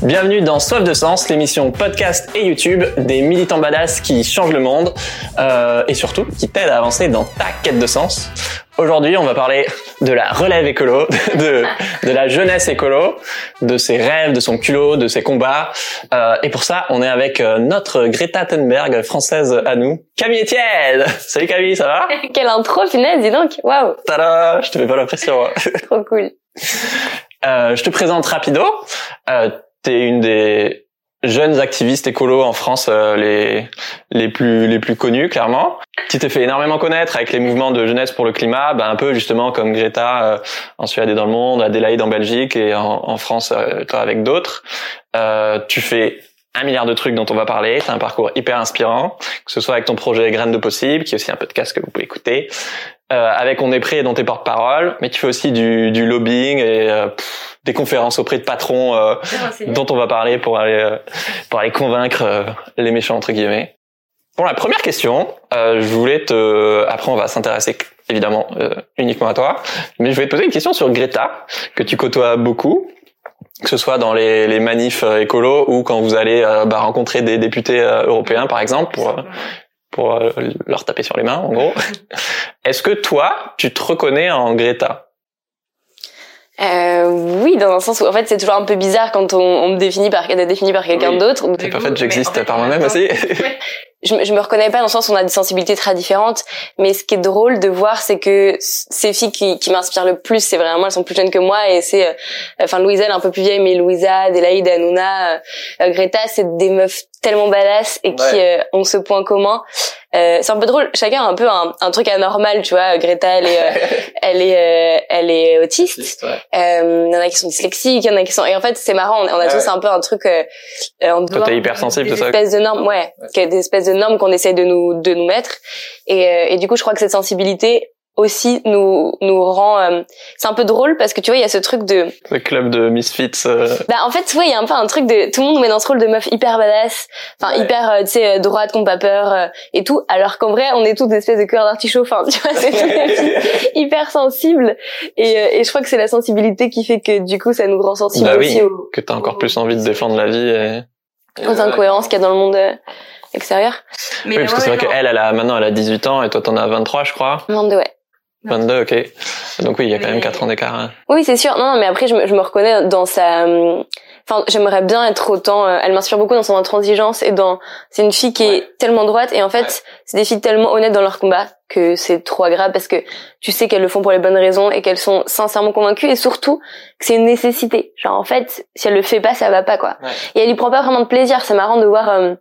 Bienvenue dans Soif de Sens, l'émission podcast et YouTube des militants badass qui changent le monde et surtout qui t'aident à avancer dans ta quête de sens. Aujourd'hui, on va parler de la relève écolo, de la jeunesse écolo, de ses rêves, de son culot, de ses combats. Et pour ça, on est avec notre Greta Thunberg française à nous, Camille Etienne. Salut Camille, ça va? Quelle intro, finesse, dis donc. Waouh. Tada, je te fais pas la pression. Trop cool. Je te présente rapido. T'es une des jeunes activistes écolos en France les plus connus, clairement. Tu t'es fait énormément connaître avec les mouvements de jeunesse pour le climat, un peu justement comme Greta en Suède et dans le monde, Adélaïde en Belgique et en France, toi avec d'autres. Tu fais 1 milliard de trucs dont on va parler. T'as un parcours hyper inspirant, que ce soit avec ton projet Graines de Possible, qui est aussi un podcast que vous pouvez écouter, avec On est prêt dont t'es porte-parole, mais tu fais aussi du lobbying et des conférences auprès de patrons dont on va parler pour aller convaincre les méchants entre guillemets. Pour la première question, je voulais après on va s'intéresser évidemment uniquement à toi, mais je voulais te poser une question sur Greta que tu côtoies beaucoup, que ce soit dans les manifs écolos ou quand vous allez rencontrer des députés européens par exemple pour leur taper sur les mains en gros. Est-ce que toi tu te reconnais en Greta? Oui, dans un sens où en fait c'est toujours un peu bizarre quand on me définit par quelqu'un d'autre. C'est pas fait, j'existe par moi-même aussi. Je me reconnais pas dans le sens où on a des sensibilités très différentes, mais ce qui est drôle de voir, c'est que ces filles qui m'inspirent le plus, c'est vraiment, elles sont plus jeunes que moi, et c'est, Louisa, elle est un peu plus vieille, mais Louisa, Adélaïde, Hanouna, Greta, c'est des meufs tellement badass et qui ont ce point commun. C'est un peu drôle, chacun a un peu un truc anormal, tu vois. Greta, elle est autiste. Il y en a qui sont dyslexiques, il y en a qui sont, et en fait, c'est marrant, on a tous un peu un truc, toi, t'es hyper sensible, c'est ça? Des espèces de normes, des espèces de normes qu'on essaie de nous mettre. Et du coup, je crois que cette sensibilité aussi nous rend c'est un peu drôle parce que tu vois il y a ce truc de le club de misfits en fait il y a un peu un truc de tout le monde nous met dans ce rôle de meuf hyper badass, hyper tu sais droite, qu'on pas peur et tout, alors qu'en vrai on est toutes des espèces de cœurs d'artichaut, tu vois, c'est toutes des filles hyper sensibles et je crois que c'est la sensibilité qui fait que du coup ça nous rend sensibles aussi que t'as encore plus envie de défendre la vie et aux incohérences qu'il y a dans le monde extérieur. Mais parce que c'est vrai qu'elle elle a 18 ans et toi t'en as 23 je crois. 22, ouais. 22, ok. Donc oui, il y a quand même 4 ans d'écart. Hein. Oui, c'est sûr. Non, mais après, je me reconnais dans sa... j'aimerais bien être autant... elle m'inspire beaucoup dans son intransigeance et c'est une fille qui est tellement droite et en fait, c'est des filles tellement honnêtes dans leur combat que c'est trop agréable parce que tu sais qu'elles le font pour les bonnes raisons et qu'elles sont sincèrement convaincues et surtout que c'est une nécessité. Genre, en fait, si elle le fait pas, ça va pas, quoi. Ouais. Et elle y prend pas vraiment de plaisir. C'est marrant de voir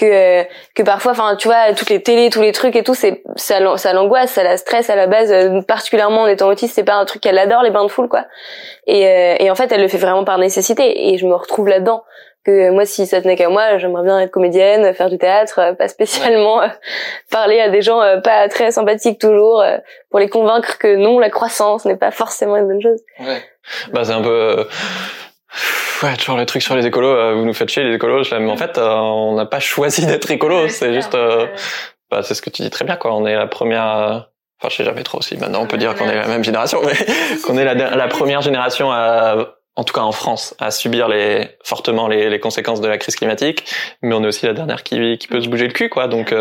que parfois, tu vois, toutes les télés, tous les trucs et tout, ça l'angoisse, ça la stresse à la base, particulièrement en étant autiste, c'est pas un truc qu'elle adore, les bains de foule, quoi. Et en fait, elle le fait vraiment par nécessité et je me retrouve là-dedans. Que moi, si ça tenait qu'à moi, j'aimerais bien être comédienne, faire du théâtre, pas spécialement parler à des gens pas très sympathiques toujours, pour les convaincre que non, la croissance n'est pas forcément une bonne chose. Ouais. C'est un peu... toujours le truc sur les écolos, vous nous faites chier les écolos, mais en fait, on n'a pas choisi d'être écolo, c'est juste... c'est ce que tu dis très bien, quoi. On est la première... je sais jamais trop si maintenant on peut dire qu'on est la même génération, mais qu'on est la première génération en tout cas en France, à subir fortement les conséquences de la crise climatique, mais on est aussi la dernière qui peut se bouger le cul, quoi. Donc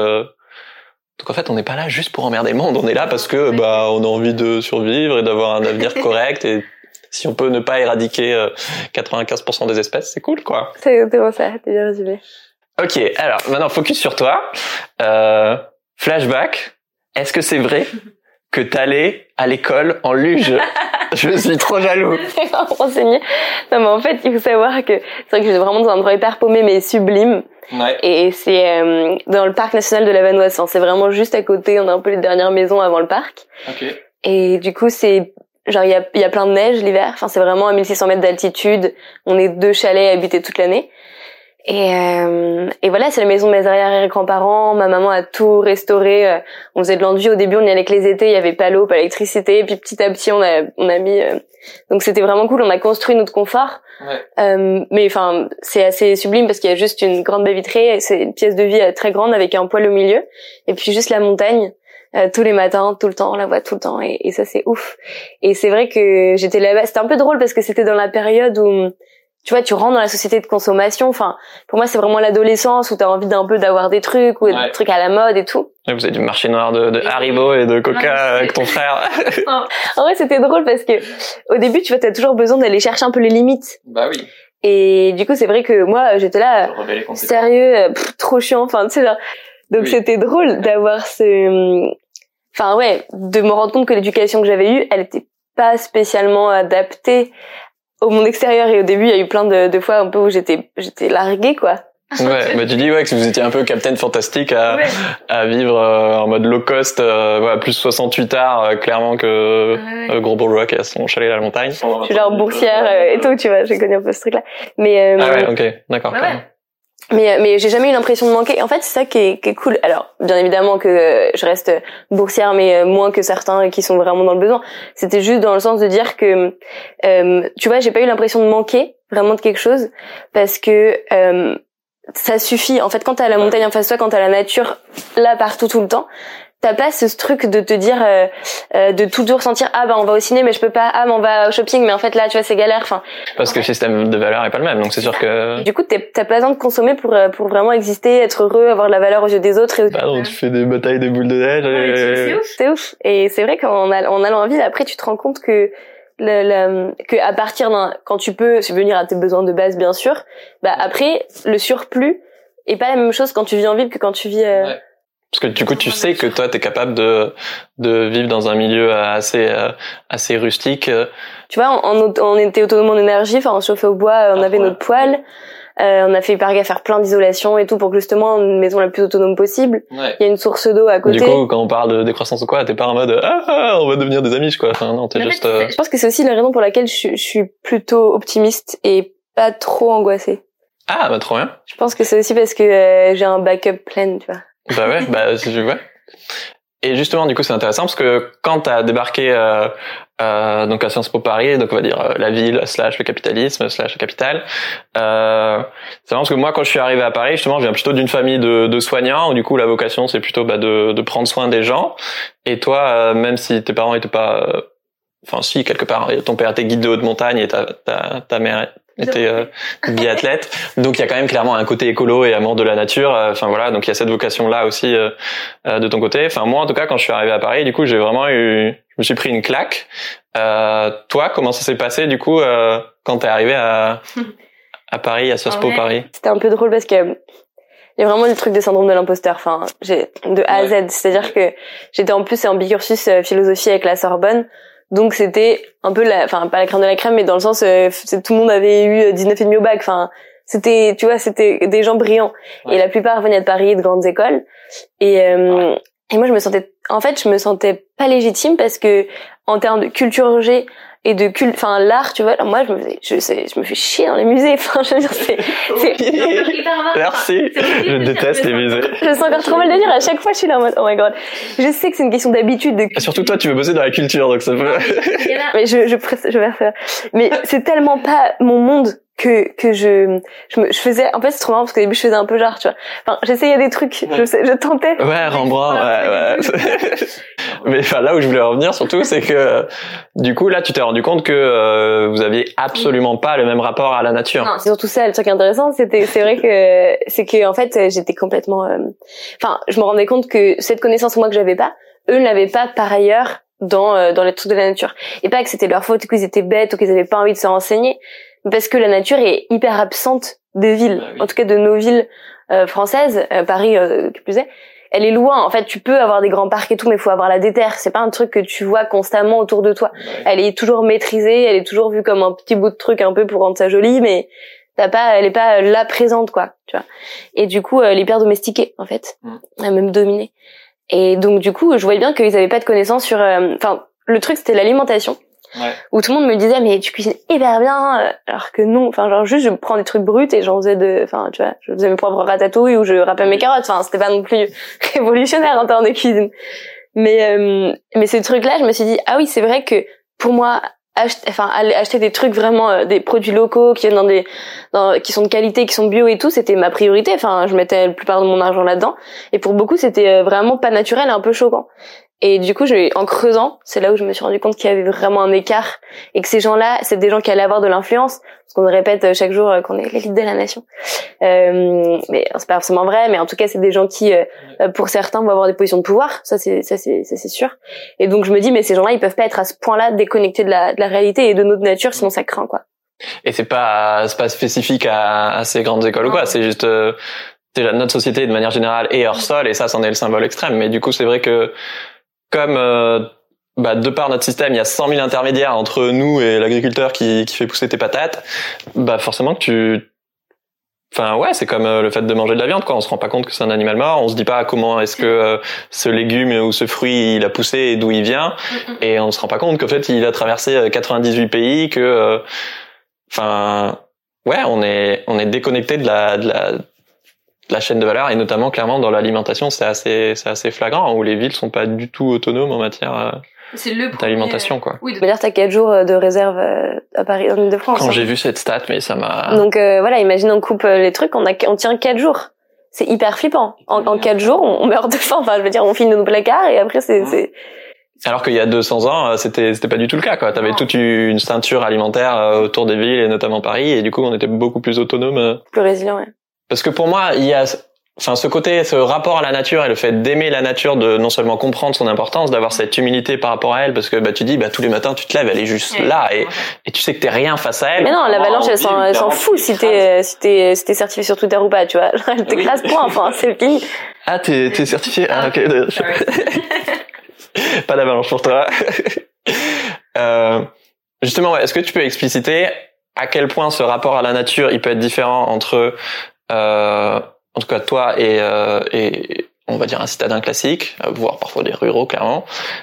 en fait, on n'est pas là juste pour emmerder le monde, on est là parce que on a envie de survivre et d'avoir un avenir correct, et si on peut ne pas éradiquer 95% des espèces, c'est cool, quoi. C'est exactement ça, t'es bien résumé. Ok, alors maintenant focus sur toi. Flashback, est-ce que c'est vrai que t'allais à l'école en luge? Je suis trop jaloux. C'est pas renseigné. Non, mais en fait, il faut savoir que c'est vrai que j'étais vraiment dans un endroit hyper paumé, mais sublime. Ouais. Et c'est dans le parc national de la Vanoise. C'est vraiment juste à côté. On a un peu les dernières maisons avant le parc. Okay. Et du coup, c'est genre il y a plein de neige l'hiver. C'est vraiment à 1600 mètres d'altitude. On est 2 chalets habités toute l'année. Et voilà, c'est la maison de mes arrière-grands-parents. Ma maman a tout restauré. On faisait de l'enduit au début, on y allait que les étés, il y avait pas l'eau, pas l'électricité. Et puis petit à petit, on a mis... Donc c'était vraiment cool, on a construit notre confort. Ouais. Mais c'est assez sublime parce qu'il y a juste une grande baie vitrée. C'est une pièce de vie très grande avec un poêle au milieu. Et puis juste la montagne. Tous les matins, tout le temps, on la voit tout le temps. Et ça, c'est ouf. Et c'est vrai que j'étais là-bas. C'était un peu drôle parce que c'était dans la période où... tu vois, tu rentres dans la société de consommation. Enfin, pour moi, c'est vraiment l'adolescence où t'as envie d'un peu d'avoir des trucs ou des trucs à la mode et tout. Et vous avez du marché noir de Haribo et de Coca avec ton frère. En vrai, c'était drôle parce que au début, tu vois, t'as toujours besoin d'aller chercher un peu les limites. Bah oui. Et du coup, c'est vrai que moi, j'étais là, sérieux, trop chiant. Enfin, tu sais, genre. Donc c'était drôle d'avoir enfin ouais, de me rendre compte que l'éducation que j'avais eue, elle était pas spécialement adaptée au monde extérieur. Et au début, il y a eu plein de fois un peu où j'étais larguée, quoi. Ouais, bah tu dis que vous étiez un peu Captain Fantastic à vivre en mode low cost, plus 68 arts clairement que gros bourgeois qui a son chalet à la montagne. Je suis genre boursière et tout, tu vois, j'ai connu un peu ce truc-là. Mais ah ouais, ok, d'accord. Mais j'ai jamais eu l'impression de manquer. En fait, c'est ça qui est cool. Alors, bien évidemment que je reste boursière, mais moins que certains qui sont vraiment dans le besoin. C'était juste dans le sens de dire que, tu vois, j'ai pas eu l'impression de manquer vraiment de quelque chose parce que ça suffit. En fait, quand t'as la montagne en face de toi, quand t'as la nature là partout tout le temps, t'as pas ce truc de te dire de toujours sentir on va au ciné mais je peux pas, mais on va au shopping mais en fait là tu vois c'est galère. Enfin parce que le système de valeur est pas le même, donc c'est sûr que du coup t'as pas besoin de consommer pour vraiment exister, être heureux, avoir de la valeur aux yeux des autres. Non, tu fais des batailles de boules de neige. C'est ouf. Et c'est vrai qu'en allant en ville après tu te rends compte que que à partir quand tu peux subvenir à tes besoins de base bien sûr, après le surplus est pas la même chose quand tu vis en ville que quand tu vis parce que du coup tu sais que toi t'es capable de vivre dans un milieu assez rustique. Tu vois, on était autonome en énergie, enfin on chauffait au bois, on avait notre poêle. On a fait hyper gaffe à faire plein d'isolation et tout pour que justement une maison la plus autonome possible. Il y a une source d'eau à côté. Du coup, quand on parle de décroissance ou quoi, t'es pas en mode on va devenir des amis quoi. Enfin non, t'es juste. Je pense que c'est aussi la raison pour laquelle je suis plutôt optimiste et pas trop angoissée. Ah bah trop bien. Je pense que c'est aussi parce que j'ai un backup plan, tu vois. Bah ouais, ouais. Et justement, du coup, c'est intéressant parce que quand t'as débarqué donc à Sciences Po Paris, donc on va dire la ville / le capitalisme / la capitale, c'est marrant parce que moi, quand je suis arrivé à Paris, justement, je viens plutôt d'une famille de soignants où du coup la vocation c'est plutôt de prendre soin des gens. Et toi, même si tes parents étaient pas, enfin si quelque part, ton père était guide de haute montagne et ta mère était biathlète, donc il y a quand même clairement un côté écolo et amour de la nature. Enfin voilà, donc il y a cette vocation là aussi de ton côté. Enfin moi en tout cas quand je suis arrivé à Paris, du coup je me suis pris une claque. Toi comment ça s'est passé du coup quand t'es arrivé à Paris, à Sciences Po Paris? C'était un peu drôle parce que il y a vraiment le truc de syndrome de l'imposteur. Enfin j'ai de A à Z, c'est-à-dire que j'étais en plus en bicursus philosophie avec la Sorbonne. Donc c'était un peu pas la crème de la crème, mais dans le sens tout le monde avait eu 19,5 au bac. Enfin c'était, tu vois, c'était des gens brillants. Et la plupart venaient de Paris, de grandes écoles. Et moi je me sentais pas légitime parce que en termes de culture G et de l'art, tu vois, moi je me fais chier dans les musées. Enfin je veux dire c'est merci. Je déteste les musées. Je sens encore trop mal de dire à chaque fois je suis là en mode oh my god. Je sais que c'est une question d'habitude surtout toi tu veux bosser dans la culture donc ça peut mais je vais faire. Mais c'est tellement pas mon monde que je faisais, en fait c'est trop marrant parce qu'au début je faisais un peu genre, tu vois, enfin j'essayais des trucs, je tentais. Ouais, Rembrandt, ouais. Mais enfin là où je voulais revenir surtout c'est que du coup là tu t'es rendu compte que vous aviez absolument pas le même rapport à la nature. Non, c'est surtout ça le truc intéressant, c'est vrai que en fait j'étais complètement je me rendais compte que cette connaissance moi que j'avais pas, eux ne l'avaient pas par ailleurs dans les trucs de la nature. Et pas que c'était leur faute ou qu'ils étaient bêtes ou qu'ils avaient pas envie de se renseigner, parce que la nature est hyper absente des villes, en tout cas de nos villes françaises, Paris qui plus est. Elle est loin, en fait, tu peux avoir des grands parcs et tout, mais il faut avoir la déterre. C'est pas un truc que tu vois constamment autour de toi. Elle est toujours maîtrisée, elle est toujours vue comme un petit bout de truc un peu pour rendre ça joli, mais elle est pas là présente, quoi, tu vois. Et du coup, elle est hyper domestiquée, en fait. Elle a même dominé. Et donc, du coup, je voyais bien qu'ils avaient pas de connaissances sur, le truc, c'était l'alimentation. Ouais. Où tout le monde me disait mais tu cuisines hyper bien, alors que non, juste je prends des trucs bruts et j'en faisais tu vois, je faisais mes propres ratatouilles ou je râpais mes carottes, c'était pas non plus révolutionnaire en termes de cuisine, mais ces trucs là je me suis dit ah oui c'est vrai que pour moi aller acheter des trucs vraiment des produits locaux qui viennent qui sont de qualité, qui sont bio et tout, c'était ma priorité. Je mettais la plupart de mon argent là-dedans et pour beaucoup c'était vraiment pas naturel et un peu choquant. Et du coup, en creusant, c'est là où je me suis rendu compte qu'il y avait vraiment un écart et que ces gens-là, c'est des gens qui allaient avoir de l'influence, parce qu'on répète chaque jour qu'on est l'élite de la nation. Mais c'est pas forcément vrai, mais en tout cas, c'est des gens qui, pour certains, vont avoir des positions de pouvoir. Ça c'est sûr. Et donc, je me dis, mais ces gens-là, ils peuvent pas être à ce point-là déconnectés de la réalité et de notre nature, sinon ça craint, quoi. Et c'est pas spécifique à ces grandes écoles ou quoi. C'est juste déjà notre société de manière générale est hors sol, et ça, c'en est le symbole extrême. Mais du coup, c'est vrai que comme de par notre système, il y a 100 000 intermédiaires entre nous et l'agriculteur qui fait pousser tes patates, forcément que c'est comme le fait de manger de la viande, quoi. On se rend pas compte que c'est un animal mort, on se dit pas comment est-ce que ce légume ou ce fruit il a poussé et d'où il vient, et on se rend pas compte qu'en fait il a traversé 98 pays, que on est déconnecté de la chaîne de valeur, et notamment clairement dans l'alimentation, c'est assez flagrant, où les villes sont pas du tout autonomes en matière d'alimentation, quoi. Oui, d'ailleurs, t'as 4 jours de réserve à Paris, en Ile-de-France. Quand j'ai vu cette stat, mais ça m'a... Donc voilà, imagine on coupe les trucs, on tient 4 jours. C'est hyper flippant. En 4 jours, on meurt de faim. Enfin, je veux dire, on finit nos placards et après c'est... Alors qu'il y a 200 ans, c'était pas du tout le cas, quoi. T'avais toute une ceinture alimentaire autour des villes, et notamment Paris, et du coup, on était beaucoup plus autonome. Plus résilient, ouais. Parce que pour moi, il y a ce rapport à la nature, et le fait d'aimer la nature, de non seulement comprendre son importance, d'avoir cette humilité par rapport à elle, parce que tu dis tous les matins tu te lèves, elle est juste là, et tu sais que t'es rien face à elle. Mais non, l'avalanche elle s'en fout si t'es certifié sur Twitter ou pas, tu vois. Elle t'écrase point, enfin c'est fini. Ah, t'es certifié? Ah, ok. Pas d'avalanche pour toi. Justement, est-ce que tu peux expliciter à quel point ce rapport à la nature il peut être différent entre en tout cas toi et on va dire un citadin classique, voire parfois des ruraux, clairement,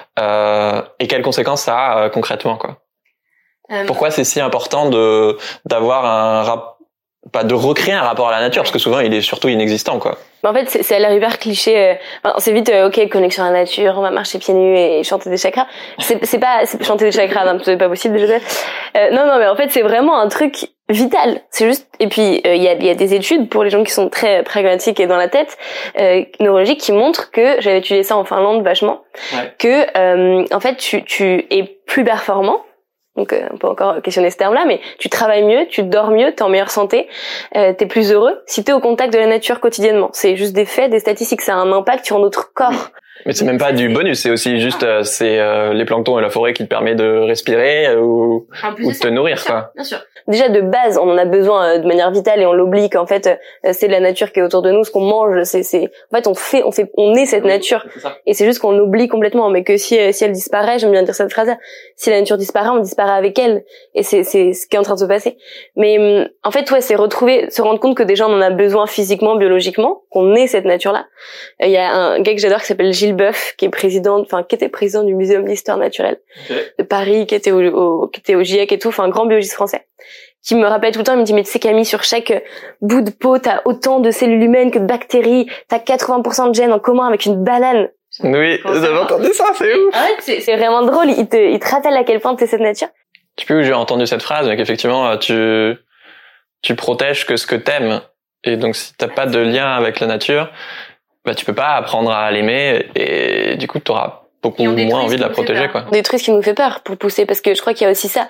et quelles conséquences ça a concrètement, quoi. Pourquoi c'est si important d'avoir de recréer un rapport à la nature, parce que souvent il est surtout inexistant, quoi. En fait, c'est à l'air hyper cliché. C'est vite, ok, connexion à la nature, on va marcher pieds nus et chanter des chakras. C'est pas chanter des chakras, non, c'est pas possible déjà. Non, mais en fait, c'est vraiment un truc vital. C'est juste. Et puis il y a des études pour les gens qui sont très pragmatiques et dans la tête, neurologiques, qui montrent que, j'avais étudié ça en Finlande vachement, que en fait tu es plus performant. Donc on peut encore questionner ce terme-là, mais tu travailles mieux, tu dors mieux, t'es en meilleure santé, t'es plus heureux si t'es au contact de la nature quotidiennement. C'est juste des faits, des statistiques, ça a un impact sur notre corps. Mais c'est même pas du bonus, c'est aussi juste les planctons et la forêt qui te permet de respirer ou de te nourrir, quoi. Bien sûr. Déjà de base, on en a besoin de manière vitale et on l'oublie qu'en fait c'est la nature qui est autour de nous, ce qu'on mange, en fait on est cette nature. Et c'est juste qu'on oublie complètement, mais que si elle disparaît, j'aime bien dire cette phrase-là, si la nature disparaît, on disparaît avec elle, et c'est ce qui est en train de se passer. Mais en fait se rendre compte que déjà on en a besoin physiquement, biologiquement, qu'on est cette nature-là. Il y a un gars que j'adore qui s'appelle Gilles Boeuf, qui était président du Muséum d'Histoire naturelle de Paris, qui était au GIEC et tout, un grand biologiste français, qui me rappelle tout le temps, il me dit, mais tu sais Camille, sur chaque bout de peau, t'as autant de cellules humaines que de bactéries, t'as 80% de gènes en commun avec une banane. Oui, j'avais entendu ça, c'est ouf. Ah ouais, c'est vraiment drôle, il te rappelle à quel point t'es cette nature. Je sais plus où j'ai entendu cette phrase, mais qu'effectivement, tu protèges que ce que t'aimes. Et donc, si t'as pas de lien avec la nature, tu peux pas apprendre à l'aimer, et du coup, t'auras beaucoup moins envie de la protéger, quoi. On détruit ce qui nous fait peur pour pousser, parce que je crois qu'il y a aussi ça.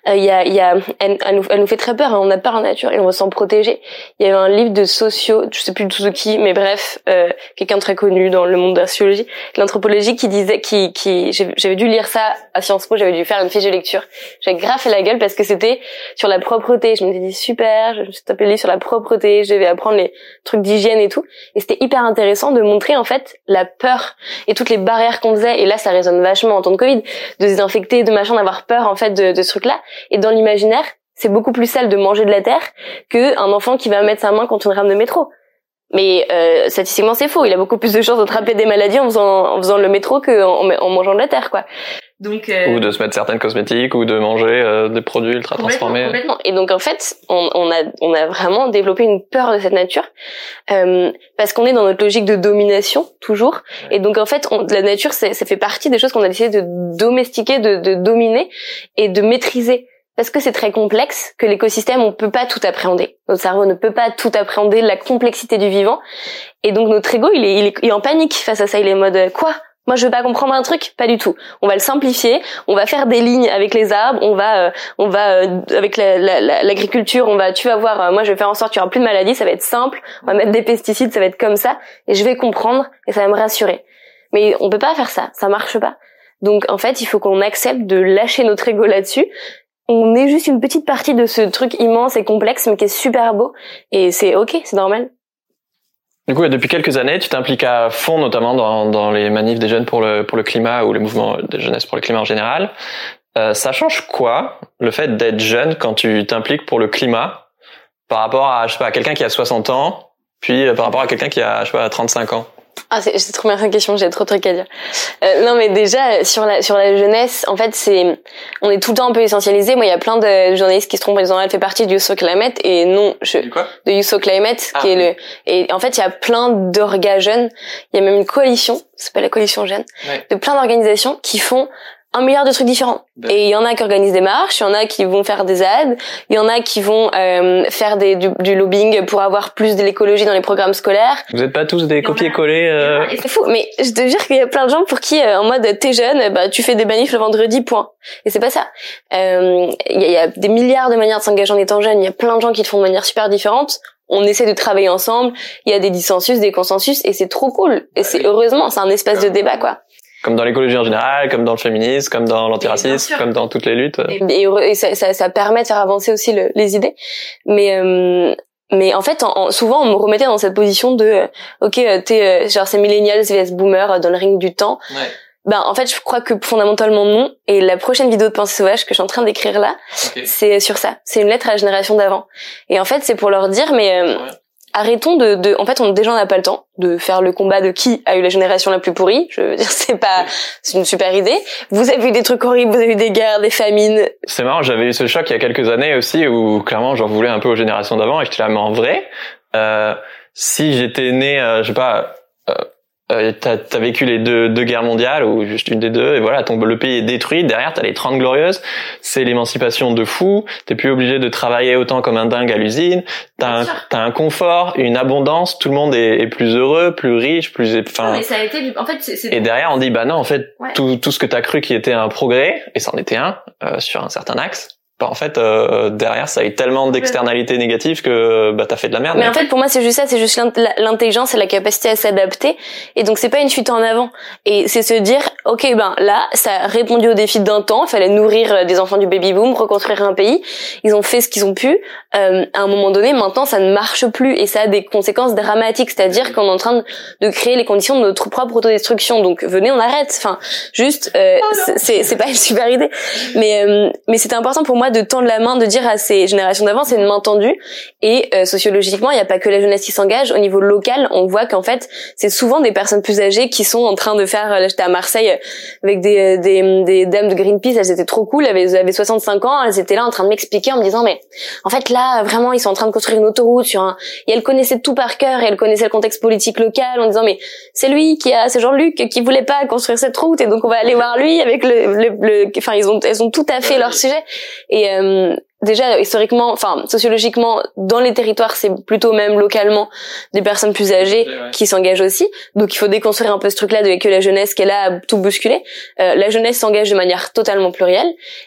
Elle nous fait très peur, hein, on a peur en nature et on se sent protégé. Il y avait un livre de sociaux, je sais plus du tout de qui, mais bref, quelqu'un de très connu dans le monde de la sociologie, de l'anthropologie, qui disait, j'avais dû lire ça à Sciences Po, j'avais dû faire une fiche de lecture. J'avais grave fait la gueule parce que c'était sur la propreté. Je me dit super, je me suis tapé le livre sur la propreté, je devais apprendre les trucs d'hygiène et tout. Et c'était hyper intéressant de montrer, en fait, la peur et toutes les barrières qu'on faisait. Et là, ça résonne vachement en temps de Covid, de se désinfecter, de machin, d'avoir peur, en fait, de ce truc-là. Et dans l'imaginaire, c'est beaucoup plus sale de manger de la terre qu'un enfant qui va mettre sa main contre une rame de métro. Mais statistiquement, c'est faux. Il a beaucoup plus de chances d'attraper des maladies en faisant le métro qu'en mangeant de la terre, quoi. Donc, ou de se mettre certaines cosmétiques, ou de manger des produits ultra transformés. Complètement. Et donc en fait, on a vraiment développé une peur de cette nature, parce qu'on est dans notre logique de domination toujours. Et donc en fait, la nature, ça fait partie des choses qu'on a décidé de domestiquer, de dominer et de maîtriser. Parce que c'est très complexe, que l'écosystème, on peut pas tout appréhender. Notre cerveau ne peut pas tout appréhender, la complexité du vivant. Et donc notre ego, il est en panique face à ça. Il est en mode, quoi? Moi, je veux pas comprendre un truc, pas du tout. On va le simplifier, on va faire des lignes avec les arbres, on va avec l'agriculture, tu vas voir, moi je vais faire en sorte qu'il y aura plus de maladies, ça va être simple, on va mettre des pesticides, ça va être comme ça, et je vais comprendre, et ça va me rassurer. Mais on peut pas faire ça marche pas. Donc en fait, il faut qu'on accepte de lâcher notre ego là-dessus. On est juste une petite partie de ce truc immense et complexe, mais qui est super beau, et c'est ok, c'est normal. Du coup, depuis quelques années, tu t'impliques à fond, notamment dans les manifs des jeunes pour le climat ou le mouvement de jeunesse pour le climat en général. Ça change quoi, le fait d'être jeune quand tu t'impliques pour le climat par rapport à, je sais pas, à quelqu'un qui a 60 ans, puis par rapport à quelqu'un qui a, je sais pas, 35 ans? Ah, c'est trop bien cette question, j'ai trop de trucs à dire. Non, mais déjà, sur la jeunesse, en fait, on est tout le temps un peu essentialisé. Moi, il y a plein de journalistes qui se trompent en disant, elle fait partie du Youth for Climate, et non, de Youth for Climate, qui est et en fait, il y a plein d'orgas jeunes. Il y a même une coalition, c'est pas la coalition jeune, de plein d'organisations qui font 1 milliard de trucs différents. Et il y en a qui organisent des marches, il y en a qui vont faire des ads, il y en a qui vont faire du lobbying pour avoir plus de l'écologie dans les programmes scolaires. Vous êtes pas tous des copier-coller C'est fou, mais je te jure qu'il y a plein de gens pour qui, en mode, t'es jeune, tu fais des manifs le vendredi, point. Et c'est pas ça. Il y a des milliards de manières de s'engager en étant jeune, il y a plein de gens qui le font de manière super différente. On essaie de travailler ensemble, il y a des dissensus, des consensus, et c'est trop cool. Et heureusement, c'est un espace de débat, quoi. Comme dans l'écologie en général, comme dans le féminisme, comme dans l'antiracisme, comme dans toutes les luttes. Et ça permet de faire avancer aussi les idées. Mais en fait, souvent, on me remettait dans cette position de, ok, t'es genre c'est millennials vs boomer dans le ring du temps. Ouais. En fait, je crois que fondamentalement non. Et la prochaine vidéo de Pensée sauvage que je suis en train d'écrire là, c'est sur ça. C'est une lettre à la génération d'avant. Et en fait, c'est pour leur dire, arrêtons en fait, déjà on n'a pas le temps de faire le combat de qui a eu la génération la plus pourrie. Je veux dire, c'est une super idée. Vous avez eu des trucs horribles, vous avez eu des guerres, des famines. C'est marrant, j'avais eu ce choc il y a quelques années aussi où clairement j'en voulais un peu aux générations d'avant et j'étais là, mais en vrai, si j'étais né, je sais pas, t'as vécu les deux guerres mondiales ou juste une des deux et voilà, le pays est détruit, derrière t'as les 30 glorieuses, c'est l'émancipation de fou, t'es plus obligé de travailler autant comme un dingue à l'usine, t'as un confort, une abondance, tout le monde est plus heureux, plus riche, enfin. Mais ça a été en fait et derrière on dit bah non en fait tout ce que t'as cru qui était un progrès et ça en était un sur un certain axe. En fait, derrière, ça a eu tellement d'externalités négatives que t'as fait de la merde. Mais en fait, pour moi, c'est juste ça, c'est juste l'intelligence et la capacité à s'adapter. Et donc, c'est pas une fuite en avant. Et c'est se dire, ok, là, ça a répondu aux défis d'un temps. Il fallait nourrir des enfants du baby-boom, reconstruire un pays. Ils ont fait ce qu'ils ont pu. À un moment donné, maintenant, ça ne marche plus et ça a des conséquences dramatiques. C'est-à-dire qu'on est en train de créer les conditions de notre propre autodestruction. Donc, venez, on arrête. Enfin, juste, c'est pas une super idée. Mais c'était important pour moi de tendre la main, de dire à ces générations d'avant, c'est une main tendue. Et sociologiquement, il n'y a pas que la jeunesse qui s'engage. Au niveau local, on voit qu'en fait, c'est souvent des personnes plus âgées qui sont en train de faire. Là, j'étais à Marseille avec des dames de Greenpeace, elles étaient trop cool, elles avaient 65 ans, elles étaient là en train de m'expliquer en me disant mais en fait là vraiment ils sont en train de construire une autoroute et elles connaissaient tout par cœur et elles connaissaient le contexte politique local en disant mais c'est Jean-Luc qui voulait pas construire cette route et donc on va aller voir lui avec enfin elles ont tout à fait leur sujet. Et déjà historiquement, enfin sociologiquement, dans les territoires, c'est plutôt même localement des personnes plus âgées qui s'engagent aussi. Donc il faut déconstruire un peu ce truc-là de que la jeunesse qu'elle a tout bousculé. La jeunesse s'engage de manière totalement plurielle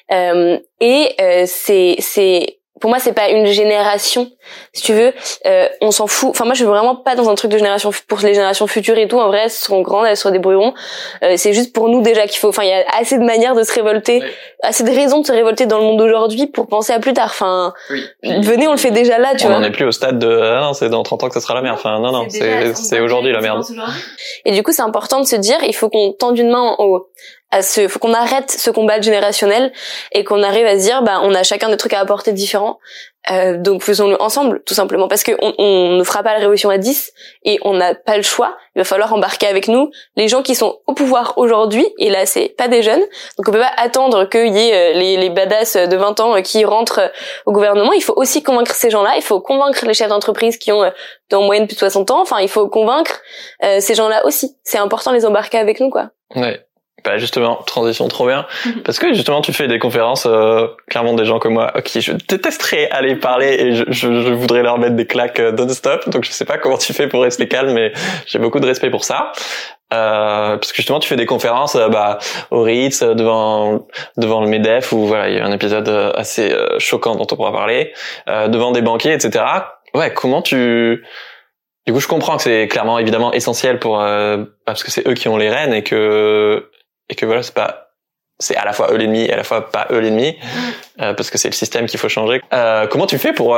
c'est pour moi c'est pas une génération si tu veux, on s'en fout. Enfin moi je suis vraiment pas dans un truc de génération pour les générations futures et tout. En vrai elles seront grandes, elles se débrouilleront. C'est juste pour nous déjà qu'il faut. Enfin il y a assez de manières de se révolter, assez de raisons de se révolter dans le monde d'aujourd'hui pour penser à plus tard. Enfin venez on le fait déjà là, tu vois. On n'est plus au stade de non c'est dans 30 ans que ça sera la merde. Enfin non c'est aujourd'hui la merde. Et du coup c'est important de se dire il faut qu'on tende une main faut qu'on arrête ce combat générationnel et qu'on arrive à se dire on a chacun des trucs à apporter différents. Donc faisons-le ensemble tout simplement parce que on ne fera pas la révolution à 10 et on n'a pas le choix. Il va falloir embarquer avec nous les gens qui sont au pouvoir aujourd'hui et là c'est pas des jeunes. Donc on peut pas attendre qu'il y ait les badass de 20 ans qui rentrent au gouvernement. Il faut aussi convaincre ces gens-là, il faut convaincre les chefs d'entreprise qui ont en moyenne plus de 60 ans. Enfin, il faut convaincre ces gens-là aussi. C'est important de les embarquer avec nous quoi. Ouais. Bah justement, transition trop bien, parce que justement tu fais des conférences, clairement des gens comme moi, qui je détesterais aller parler et je voudrais leur mettre des claques non-stop, donc je sais pas comment tu fais pour rester calme, mais j'ai beaucoup de respect pour ça. parce que justement tu fais des conférences au Ritz devant le MEDEF où voilà il y a un épisode assez choquant dont on pourra parler devant des banquiers, etc. Ouais, comment tu... Du coup, je comprends que c'est clairement évidemment essentiel pour parce que c'est eux qui ont les rênes et que voilà, c'est à la fois eux l'ennemi et à la fois pas eux l'ennemi parce que c'est le système qu'il faut changer. Comment tu fais pour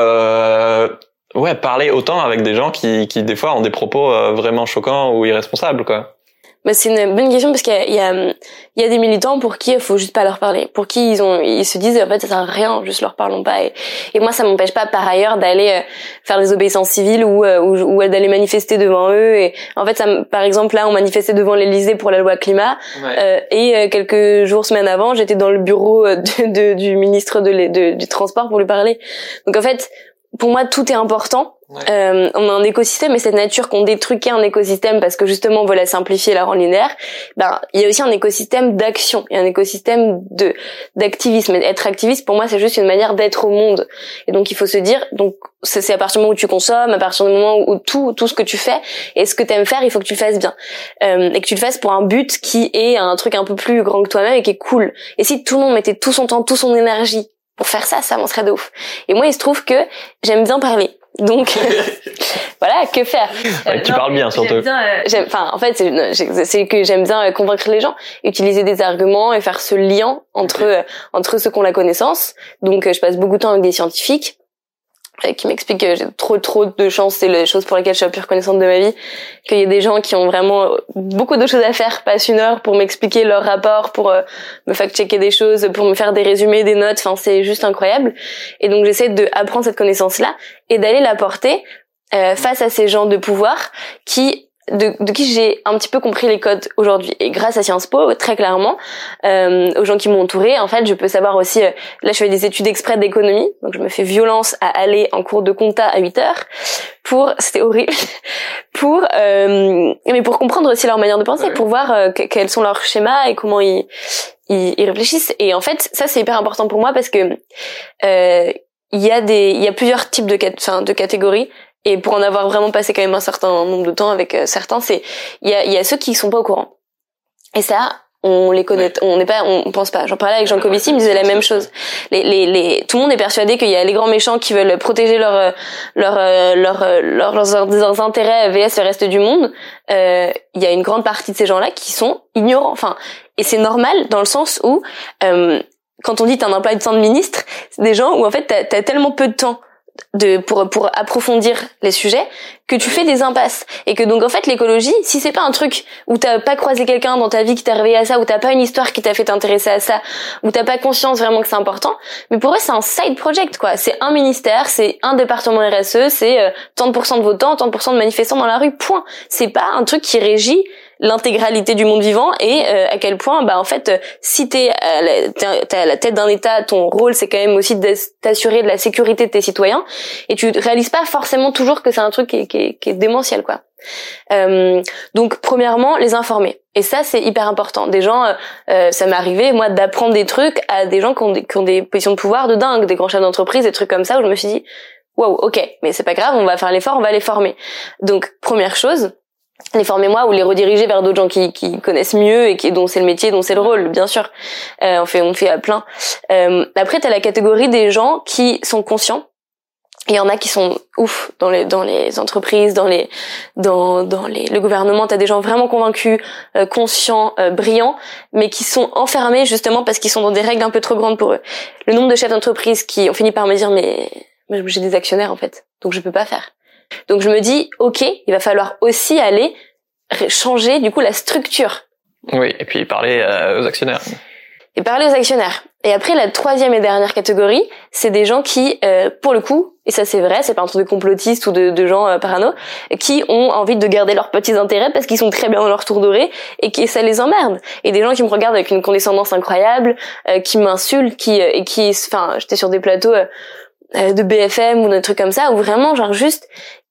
parler autant avec des gens qui des fois ont des propos vraiment choquants ou irresponsables, quoi? Bah, c'est une bonne question parce qu'il y a des militants pour qui il faut juste pas leur parler, pour qui ils se disent en fait ça sert à rien, juste leur parlons pas, et moi ça m'empêche pas par ailleurs d'aller faire des obéissances civiles ou d'aller manifester devant eux. Et en fait par exemple là on manifestait devant l'Élysée pour la loi climat, et quelques jours, semaines avant, j'étais dans le bureau du ministre du transport pour lui parler. Donc en fait pour moi tout est important. On a un écosystème et cette nature qu'on détruit un écosystème parce que justement on veut la simplifier, la rendre linéaire. Il y a aussi un écosystème d'action, il y a un écosystème d'activisme. Et être activiste pour moi c'est juste une manière d'être au monde. Et donc il faut se dire, donc c'est à partir du moment où tu consommes, à partir du moment où tout ce que tu fais et ce que t'aimes faire, il faut que tu le fasses bien, et que tu le fasses pour un but qui est un truc un peu plus grand que toi-même et qui est cool. Et si tout le monde mettait tout son temps, toute son énergie pour faire ça avancerait de ouf. Et moi il se trouve que j'aime bien parler. Donc voilà, que faire? Tu parles bien surtout. En fait c'est que j'aime bien convaincre les gens, utiliser des arguments et faire ce lien entre ceux qui ont la connaissance. Donc je passe beaucoup de temps avec des scientifiques qui m'expliquent que j'ai trop de chance, c'est les choses pour lesquelles je suis la plus reconnaissante de ma vie, qu'il y a des gens qui ont vraiment beaucoup de choses à faire, passe une heure pour m'expliquer leur rapport, pour me fact-checker des choses, pour me faire des résumés, des notes, enfin c'est juste incroyable. Et donc j'essaie de apprendre cette connaissance-là et d'aller la porter face à ces gens de pouvoir de qui j'ai un petit peu compris les codes aujourd'hui. Et grâce à Sciences Po, très clairement, aux gens qui m'ont entourée, en fait, je peux savoir aussi, là, je fais des études exprès d'économie, donc je me fais violence à aller en cours de compta à 8 heures c'était horrible, mais pour comprendre aussi leur manière de penser, pour voir quels sont leurs schémas et comment ils réfléchissent. Et en fait, ça, c'est hyper important pour moi parce que, il y a plusieurs types de catégories. Et pour en avoir vraiment passé quand même un certain nombre de temps avec certains, il y a ceux qui sont pas au courant. Et ça, on les connaît, on pense pas. J'en parlais avec Jean Covici, il me disait la même chose. Tout le monde est persuadé qu'il y a les grands méchants qui veulent protéger leurs intérêts vs le reste du monde. Il y a une grande partie de ces gens-là qui sont ignorants. Enfin, et c'est normal dans le sens où, quand on dit t'as un emploi de temps de ministre, c'est des gens où en fait t'as tellement peu de temps pour approfondir les sujets que tu fais des impasses, et que donc en fait l'écologie, si c'est pas un truc où t'as pas croisé quelqu'un dans ta vie qui t'a réveillé à ça, où t'as pas une histoire qui t'a fait t'intéresser à ça, où t'as pas conscience vraiment que c'est important, mais pour eux c'est un side project quoi, c'est un ministère, c'est un département RSE, c'est tant de % de votants, tant de % de manifestants dans la rue, point. C'est pas un truc qui régit l'intégralité du monde vivant, et à quel point en fait si t'es à la tête d'un État, ton rôle c'est quand même aussi de t'assurer de la sécurité de tes citoyens, et tu réalises pas forcément toujours que c'est un truc qui est démentiel quoi. Donc premièrement les informer, et ça c'est hyper important. Des gens ça m'est arrivé moi d'apprendre des trucs à des gens qui ont des positions de pouvoir de dingue, des grands chefs d'entreprise, des trucs comme ça où je me suis dit waouh, ok, mais c'est pas grave, on va faire l'effort, on va les former. Donc première chose, les former moi ou les rediriger vers d'autres gens qui connaissent mieux et dont c'est le métier, dont c'est le rôle, bien sûr. On fait à plein. Après t'as la catégorie des gens qui sont conscients. Il y en a qui sont ouf dans les entreprises, le gouvernement, t'as des gens vraiment convaincus, conscients, brillants, mais qui sont enfermés justement parce qu'ils sont dans des règles un peu trop grandes pour eux. Le nombre de chefs d'entreprise qui ont fini par me dire mais j'ai des actionnaires en fait, donc je peux pas faire. Donc je me dis ok, il va falloir aussi aller changer du coup la structure. Oui, et puis parler aux actionnaires. Et parler aux actionnaires. Et après la troisième et dernière catégorie, c'est des gens qui pour le coup, et ça c'est vrai, c'est pas un truc de complotistes ou de gens parano, qui ont envie de garder leurs petits intérêts parce qu'ils sont très bien dans leur tour doré et que ça les emmerde. Et des gens qui me regardent avec une condescendance incroyable, qui m'insultent, j'étais sur des plateaux de BFM ou des trucs comme ça où vraiment genre juste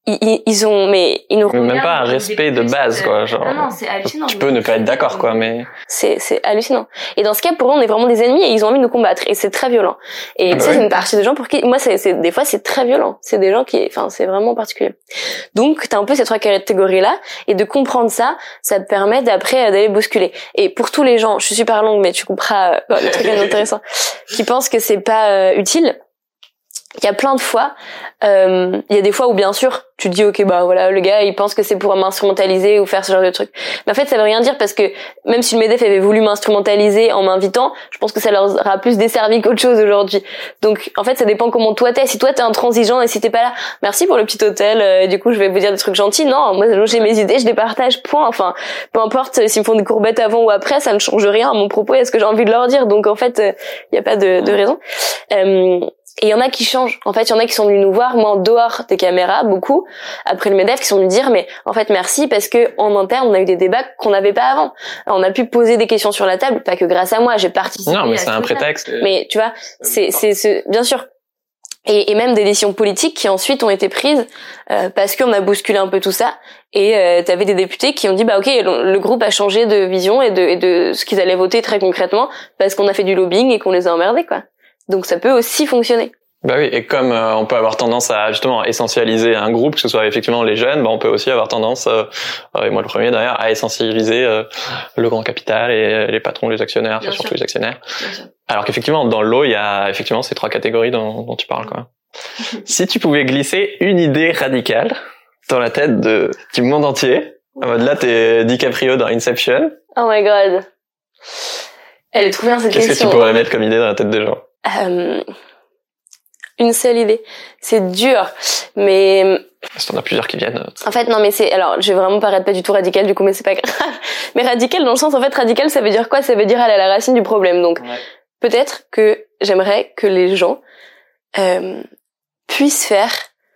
ils nous même pas un respect de base, quoi. Genre, non, c'est hallucinant. Tu peux ne pas être d'accord, quoi, mais c'est hallucinant. Et dans ce cas, pour eux, on est vraiment des ennemis et ils ont envie de nous combattre. Et c'est très violent. Et tu sais, c'est une partie de gens pour qui, moi, des fois, c'est très violent. C'est des gens c'est vraiment particulier. Donc, t'as un peu ces trois catégories-là. Et de comprendre ça te permet d'après d'aller bousculer. Et pour tous les gens, je suis super longue, mais tu couperas le truc intéressant, qui pensent que c'est pas utile. Il y a plein de fois, il y a des fois où bien sûr tu te dis ok bah voilà le gars il pense que c'est pour m'instrumentaliser ou faire ce genre de truc, mais en fait ça veut rien dire parce que même si le MEDEF avait voulu m'instrumentaliser en m'invitant, je pense que ça leur aura plus desservi qu'autre chose aujourd'hui. Donc en fait ça dépend comment toi t'es. Si toi t'es intransigeant et si t'es pas là merci pour le petit hôtel, du coup je vais vous dire des trucs gentils, non moi j'ai mes idées, je les partage, point. Enfin peu importe s'ils me font des courbettes avant ou après, ça ne change rien à mon propos et à ce que j'ai envie de leur dire. Donc en fait il y a pas de raison. Et il y en a qui changent. En fait, il y en a qui sont venus nous voir, moi en dehors des caméras, beaucoup, après le MEDEF, qui sont venus dire, mais en fait, merci, parce que en interne, on a eu des débats qu'on n'avait pas avant. On a pu poser des questions sur la table, pas que grâce à moi, j'ai participé. Non, mais c'est un prétexte. Mais tu vois, c'est bien sûr. Et même des décisions politiques qui ensuite ont été prises parce qu'on a bousculé un peu tout ça. Et t'avais des députés qui ont dit bah ok le groupe a changé de vision et de ce qu'ils allaient voter très concrètement parce qu'on a fait du lobbying et qu'on les a emmerdés quoi. Donc ça peut aussi fonctionner. Bah oui, et comme on peut avoir tendance à justement essentialiser un groupe, que ce soit effectivement les jeunes, bah on peut aussi avoir tendance, et moi le premier d'ailleurs, à essentialiser le grand capital et les patrons, les actionnaires, surtout les actionnaires. Alors qu'effectivement dans l'eau, il y a effectivement ces trois catégories dont tu parles quoi. Si tu pouvais glisser une idée radicale dans la tête du monde entier, en mode là t'es DiCaprio dans Inception. Oh my god. Elle est trop bien cette question. Qu'est-ce que tu pourrais mettre comme idée dans la tête des gens? Une seule idée. C'est dur, mais... Parce que t'en as plusieurs qui viennent. En fait, non, mais alors, je vais vraiment paraître pas du tout radical, du coup, mais c'est pas grave. Mais radical dans le sens, en fait, radical, ça veut dire quoi? Ça veut dire aller à la racine du problème. Donc, peut-être que j'aimerais que les gens puissent faire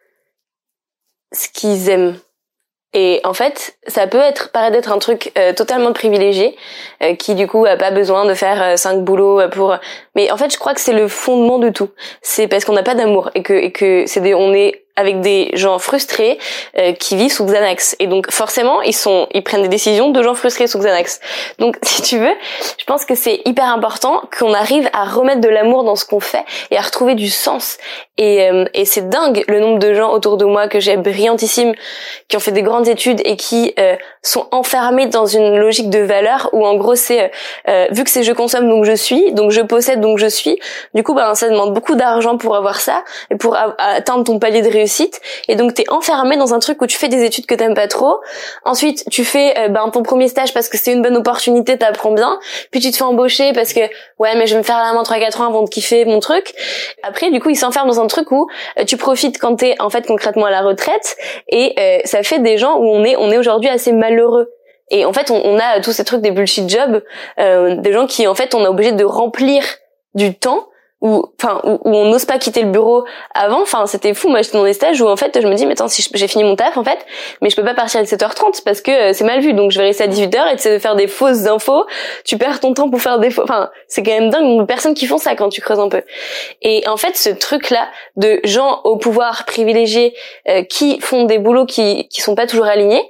ce qu'ils aiment. Et en fait, ça peut paraître d'être un truc totalement privilégié, qui du coup a pas besoin de faire 5 boulots pour. Mais en fait, je crois que c'est le fondement de tout. C'est parce qu'on n'a pas d'amour et que on est avec des gens frustrés qui vivent sous Xanax. Et donc forcément, ils prennent des décisions de gens frustrés sous Xanax. Donc si tu veux, je pense que c'est hyper important qu'on arrive à remettre de l'amour dans ce qu'on fait et à retrouver du sens. Et c'est dingue le nombre de gens autour de moi que j'ai brillantissimes, qui ont fait des grandes études et qui sont enfermés dans une logique de valeur où en gros c'est vu que c'est je consomme donc je suis, donc je possède donc je suis. Du coup ça demande beaucoup d'argent pour avoir ça et pour atteindre ton palier de réussite. Et donc t'es enfermé dans un truc où tu fais des études que t'aimes pas trop. Ensuite tu fais ton premier stage parce que c'est une bonne opportunité, t'apprends bien. Puis tu te fais embaucher parce que ouais mais je vais me faire la main 3-4 ans avant de kiffer mon truc. Après du coup ils s'enferment dans un truc où tu profites quand t'es en fait concrètement à la retraite et ça fait des gens où on est aujourd'hui assez malheureux. Et en fait on a tous ces trucs des bullshit jobs, des gens qui en fait on est obligé de remplir du temps où on n'ose pas quitter le bureau avant. Enfin c'était fou, moi j'étais dans des stages où en fait je me dis mais attends si j'ai fini mon taf en fait mais je peux pas partir à 7h30 parce que c'est mal vu, donc je vais rester à 18h et tu sais de faire des fausses infos, tu perds ton temps pour faire des faux, enfin c'est quand même dingue de personnes qui font ça quand tu creuses un peu. Et en fait ce truc là de gens au pouvoir privilégiés qui font des boulots qui sont pas toujours alignés,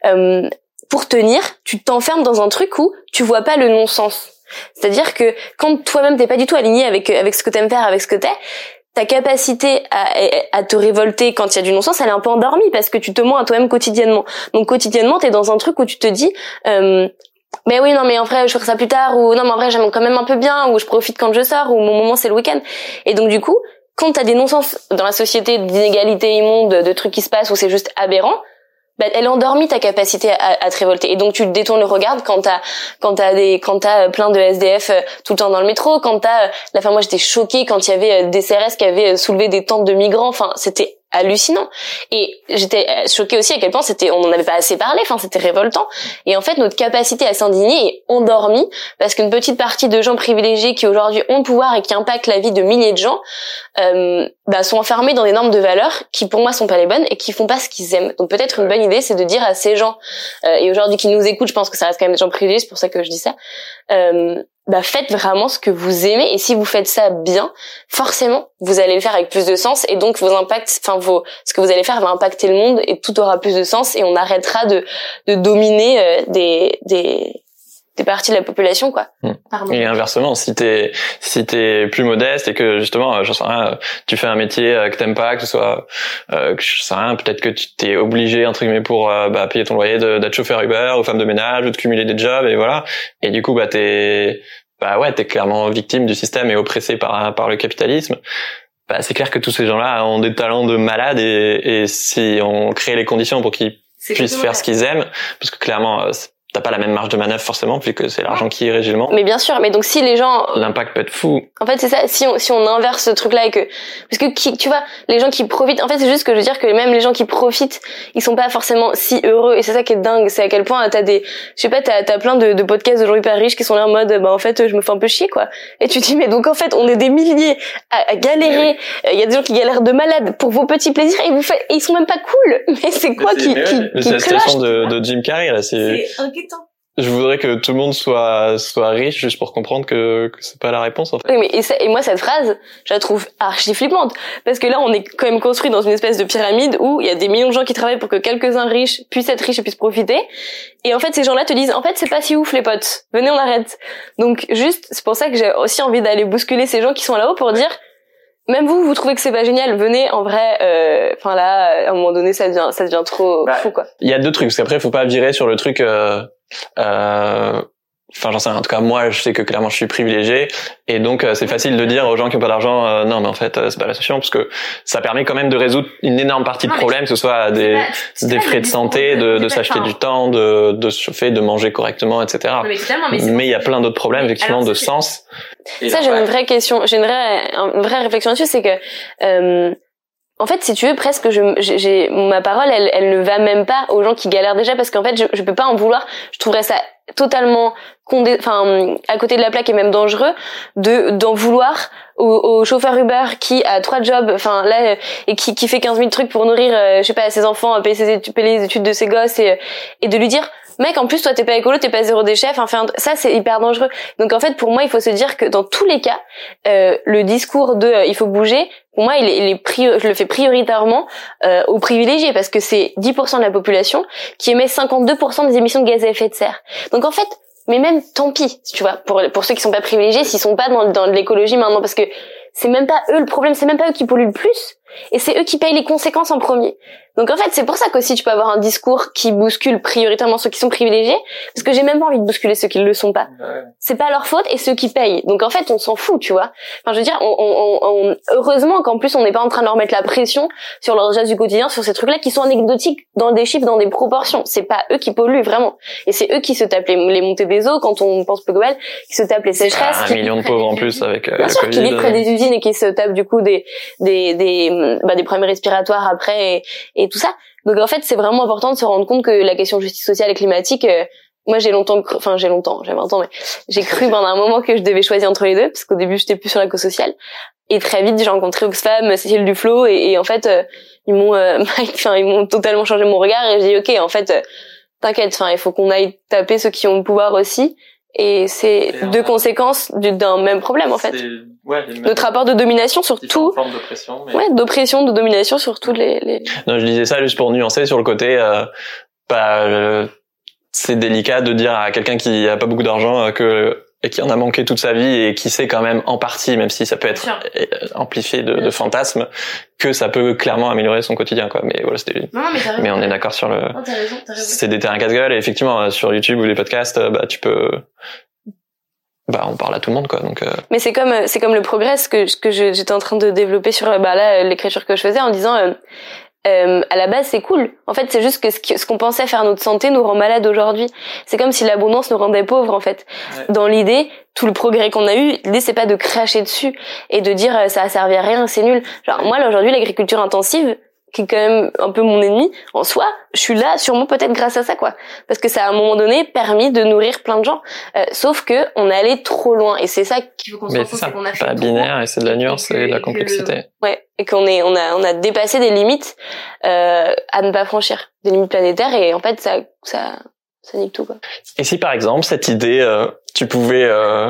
pour tenir tu t'enfermes dans un truc où tu vois pas le non-sens. C'est-à-dire que quand toi-même t'es pas du tout aligné avec ce que t'aimes faire, avec ce que t'es, ta capacité à te révolter quand il y a du non-sens, elle est un peu endormie parce que tu te mens à toi-même quotidiennement. Donc quotidiennement, t'es dans un truc où tu te dis mais oui, non, mais en vrai, je ferai ça plus tard, ou non, mais en vrai, j'aime quand même un peu bien, ou je profite quand je sors, ou mon moment, c'est le week-end. Et donc, du coup, quand t'as des non-sens dans la société, d'inégalités immondes, de trucs qui se passent où c'est juste aberrant, elle endormit ta capacité à te révolter. Et donc tu détournes le regard quand t'as plein de SDF tout le temps dans le métro, moi j'étais choquée quand il y avait des CRS qui avaient soulevé des tentes de migrants. Enfin, c'était hallucinant. Et j'étais choquée aussi à quel point on n'en avait pas assez parlé, enfin c'était révoltant. Et en fait notre capacité à s'indigner est endormie parce qu'une petite partie de gens privilégiés qui aujourd'hui ont le pouvoir et qui impactent la vie de milliers de gens sont enfermés dans des normes de valeurs qui pour moi sont pas les bonnes et qui font pas ce qu'ils aiment. Donc peut-être une bonne idée c'est de dire à ces gens et aujourd'hui qui nous écoutent, je pense que ça reste quand même des gens privilégiés, c'est pour ça que je dis ça, faites vraiment ce que vous aimez, et si vous faites ça bien, forcément vous allez le faire avec plus de sens, et donc ce que vous allez faire va impacter le monde, et tout aura plus de sens, et on arrêtera de dominer des parties de la population, quoi. Et inversement, si t'es plus modeste et que justement, j'en sais rien, tu fais un métier que t'aimes pas, que ce soit, que je sais rien, peut-être que tu t'es obligé entre guillemets pour payer ton loyer d'être chauffeur Uber ou femme de ménage ou de cumuler des jobs, et voilà. Et du coup, t'es clairement victime du système et oppressé par le capitalisme. C'est clair que tous ces gens-là ont des talents de malades, et si on crée les conditions pour qu'ils puissent faire ce qu'ils aiment, parce que clairement t'as pas la même marge de manœuvre forcément, vu que c'est l'argent qui régit le monde. Mais bien sûr, mais donc si les gens... L'impact peut être fou. En fait, c'est ça, si on inverse ce truc-là, et que... Parce que, tu vois, les gens qui profitent... En fait, c'est juste que je veux dire que même les gens qui profitent, ils sont pas forcément si heureux, et c'est ça qui est dingue, c'est à quel point t'as plein de podcasts de gens hyper riches qui sont là en mode, en fait, je me fais un peu chier, quoi. Et tu te dis, mais donc en fait, on est des milliers à galérer, il y a des gens qui galèrent de malades pour vos petits plaisirs, et ils sont même pas cool. Mais c'est quoi qui c'est la situation de Jim Carrey, là, c'est inquiétant. Je voudrais que tout le monde soit riche, juste pour comprendre que c'est pas la réponse, en fait. Oui, mais et moi, cette phrase, je la trouve archi flippante. Parce que là, on est quand même construit dans une espèce de pyramide où il y a des millions de gens qui travaillent pour que quelques-uns riches puissent être riches et puissent profiter. Et en fait, ces gens-là te disent, en fait, c'est pas si ouf, les potes. Venez, on arrête. Donc, juste, c'est pour ça que j'ai aussi envie d'aller bousculer ces gens qui sont là-haut pour dire, même vous trouvez que c'est pas génial, venez, en vrai, là, à un moment donné, ça devient trop fou, quoi. Il y a deux trucs, parce qu'après, faut pas virer sur le truc, j'en sais rien. En tout cas, moi, je sais que clairement, je suis privilégié, et donc c'est facile de dire aux gens qui ont pas d'argent, non, mais en fait, c'est pas la solution, parce que ça permet quand même de résoudre une énorme partie de problème, que ce soit des frais de santé, de s'acheter du temps, de se chauffer, de manger correctement, etc. Mais il y a plein d'autres problèmes, effectivement, de sens. Ça, j'ai une vraie question, j'ai une vraie réflexion là-dessus, c'est que en fait, si tu veux, presque, ma parole, elle ne va même pas aux gens qui galèrent déjà, parce qu'en fait, je peux pas en vouloir. Je trouverais ça totalement à côté de la plaque, et même dangereux d'en vouloir au chauffeur Uber qui a 3 jobs, et qui fait 15 000 trucs pour nourrir, ses enfants, payer les études de ses gosses, et de lui dire, mec, en plus, toi, t'es pas écolo, t'es pas zéro déchet, ça, c'est hyper dangereux. Donc, en fait, pour moi, il faut se dire que dans tous les cas, le discours il faut bouger, pour moi, je le fais prioritairement aux privilégiés, parce que c'est 10% de la population qui émet 52% des émissions de gaz à effet de serre. Donc, en fait, mais même, tant pis, tu vois, pour ceux qui sont pas privilégiés, s'ils sont pas dans l'écologie maintenant, parce que c'est même pas eux le problème, c'est même pas eux qui polluent le plus, et c'est eux qui payent les conséquences en premier. Donc en fait, c'est pour ça qu'aussi tu peux avoir un discours qui bouscule prioritairement ceux qui sont privilégiés, parce que j'ai même pas envie de bousculer ceux qui ne le sont pas. Ouais. C'est pas leur faute, et ceux qui payent. Donc en fait, on s'en fout, tu vois. Je veux dire, heureusement qu'en plus on n'est pas en train de leur mettre la pression sur leurs gestes du quotidien, sur ces trucs-là qui sont anecdotiques dans des chiffres, dans des proportions. C'est pas eux qui polluent vraiment, et c'est eux qui se tapent les montées des eaux quand on pense global, qui se tapent les sécheresses. 1 million de pauvres en plus avec bien sûr, qui vivent près des usines et qui se tapent du coup des problèmes respiratoires après et tout ça. Donc en fait, c'est vraiment important de se rendre compte que la question de justice sociale et climatique, moi j'ai 20 ans, mais j'ai cru pendant un moment que je devais choisir entre les deux, parce qu'au début j'étais plus sur la cause sociale, et très vite j'ai rencontré Oxfam, Cécile Duflot, et en fait ils m'ont totalement changé mon regard, et j'ai dit ok, en fait t'inquiète, il faut qu'on aille taper ceux qui ont le pouvoir aussi. Et c'est deux conséquences d'un même problème, en fait. Notre rapport de domination sur tout. Forme d'oppression. Mais... Ouais, d'oppression, de domination sur tous les... Non, je disais ça juste pour nuancer sur le côté, c'est délicat de dire à quelqu'un qui a pas beaucoup d'argent et qui en a manqué toute sa vie et qui sait quand même en partie, même si ça peut être amplifié de fantasmes, que ça peut clairement améliorer son quotidien, quoi. Mais voilà, mais on est d'accord sur le... Non, t'as raison. C'est des terrains casse-gueule, et effectivement, sur YouTube ou les podcasts, tu peux... on parle à tout le monde, quoi. Donc mais c'est comme le progrès que j'étais en train de développer sur l'écriture que je faisais, en disant à la base c'est cool. En fait, c'est juste que ce qu'on pensait faire notre santé nous rend malade aujourd'hui. C'est comme si l'abondance nous rendait pauvres, en fait. Ouais. Dans l'idée, tout le progrès qu'on a eu, l'idée c'est pas de cracher dessus et de dire ça a servi à rien, c'est nul. Genre moi là aujourd'hui, l'agriculture intensive, qui est quand même un peu mon ennemi en soi, je suis là sûrement peut-être grâce à ça, quoi, parce que ça a à un moment donné permis de nourrir plein de gens, sauf que on est allé trop loin, et c'est ça qu'il faut qu'on se rende compte, c'est qu'on a fait pas binaire, et c'est de la nuance et de la complexité. Et qu'on a dépassé des limites à ne pas franchir, des limites planétaires, et en fait ça ça nique tout, quoi. Et si par exemple cette idée, tu pouvais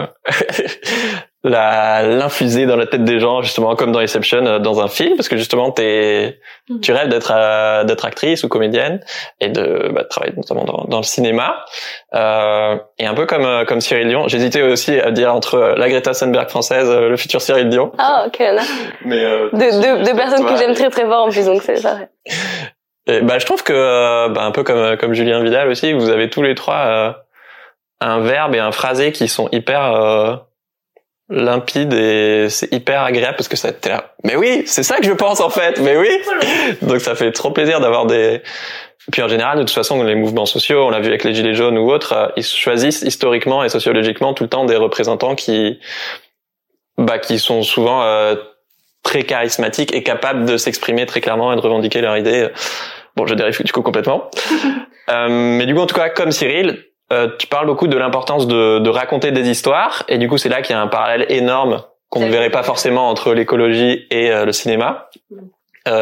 l'infuser dans la tête des gens, justement comme dans Inception, dans un film, parce que justement tu rêves d'être actrice ou comédienne et de travailler notamment dans le cinéma, et un peu comme Cyril Dion. J'hésitais aussi à dire entre la Greta Thunberg française, le futur Cyril Dion. Ah, ok, là. Mais deux personnes que j'aime très très fort en plus, donc c'est ça. Et je trouve que un peu comme Julien Vidal aussi, vous avez tous les trois un verbe et un phrasé qui sont hyper limpide et c'est hyper agréable parce que ça t'es là. Mais oui, c'est ça que je pense en fait. Mais oui. Donc ça fait trop plaisir d'avoir des. Puis en général, de toute façon, les mouvements sociaux, on l'a vu avec les gilets jaunes ou autres, ils choisissent historiquement et sociologiquement tout le temps des représentants qui sont souvent très charismatiques et capables de s'exprimer très clairement et de revendiquer leur idée. Bon, je dérive du coup complètement. Mais du coup, en tout cas, comme Cyril, tu parles beaucoup de l'importance de raconter des histoires, et du coup c'est là qu'il y a un parallèle énorme qu'on ne verrait pas forcément entre l'écologie et le cinéma. Pourquoi ?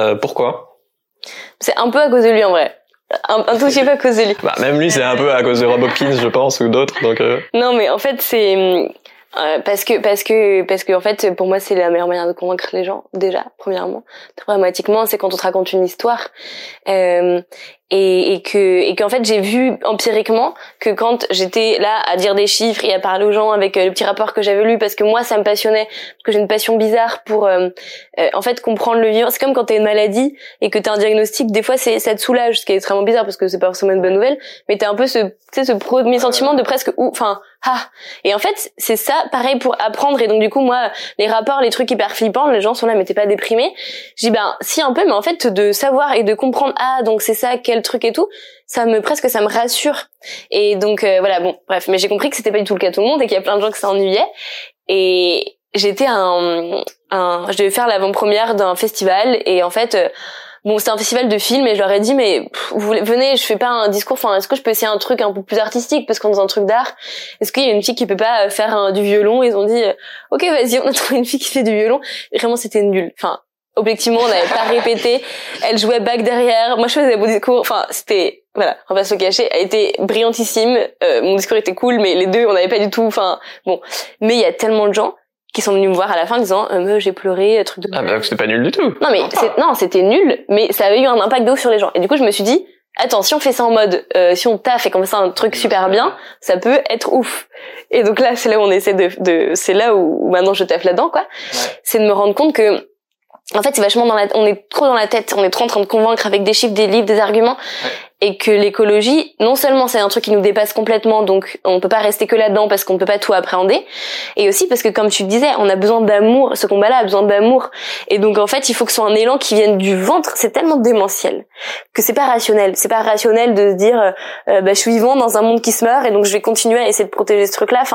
C'est un peu à cause de lui en vrai. Un tout petit peu à cause de lui. Même lui c'est un peu à cause de Rob Hopkins je pense, ou d'autres. Donc Non mais en fait c'est parce que en fait pour moi c'est la meilleure manière de convaincre les gens déjà premièrement. Pragmatiquement c'est quand on te raconte une histoire. Et qu'en fait j'ai vu empiriquement que quand j'étais là à dire des chiffres et à parler aux gens avec le petit rapport que j'avais lu parce que moi ça me passionnait, parce que j'ai une passion bizarre pour en fait comprendre le vivant. C'est comme quand t'as une maladie et que t'as un diagnostic, des fois ça te soulage, ce qui est extrêmement bizarre parce que c'est pas forcément une bonne nouvelle, mais t'as un peu ce premier sentiment de presque et en fait c'est ça pareil pour apprendre. Et donc du coup moi les rapports, les trucs hyper flippants, les gens sont là mais t'es pas déprimé, je dis si un peu, mais en fait de savoir et de comprendre donc c'est ça, quel truc et tout, ça me rassure. Et donc voilà, bon bref, mais j'ai compris que c'était pas du tout le cas de tout le monde et qu'il y a plein de gens que ça ennuyait. Et j'étais je devais faire l'avant-première d'un festival et en fait c'était un festival de films et je leur ai dit mais venez, je fais pas un discours, est-ce que je peux essayer un truc un peu plus artistique parce qu'on est dans un truc d'art, est-ce qu'il y a une fille qui peut pas faire du violon? Ils ont dit ok vas-y, on a trouvé une fille qui fait du violon. Et vraiment c'était nul, objectivement on n'avait pas répété, elle jouait back derrière, moi je faisais mon discours, c'était voilà, on va pas se le cacher, elle était brillantissime, mon discours était cool mais les deux on n'avait pas du tout, mais il y a tellement de gens qui sont venus me voir à la fin en disant j'ai pleuré, truc de c'est pas nul du tout. Non c'était nul, mais ça avait eu un impact de ouf sur les gens. Et du coup je me suis dit attends, si on fait ça en mode si on taffe et qu'on fait ça un truc super bien, ça peut être ouf. Et donc là c'est là où on essaie c'est là où maintenant je taffe là-dedans quoi. Ouais. C'est de me rendre compte que en fait c'est vachement on est trop dans la tête, on est trop en train de convaincre avec des chiffres, des livres, des arguments. Ouais. Et que l'écologie, non seulement c'est un truc qui nous dépasse complètement, donc on peut pas rester que là-dedans parce qu'on peut pas tout appréhender, et aussi parce que comme tu le disais, on a besoin d'amour, ce combat-là a besoin d'amour, et donc en fait il faut que ce soit un élan qui vienne du ventre. C'est tellement démentiel que c'est pas rationnel de se dire je suis vivant dans un monde qui se meurt et donc je vais continuer à essayer de protéger ce truc-là.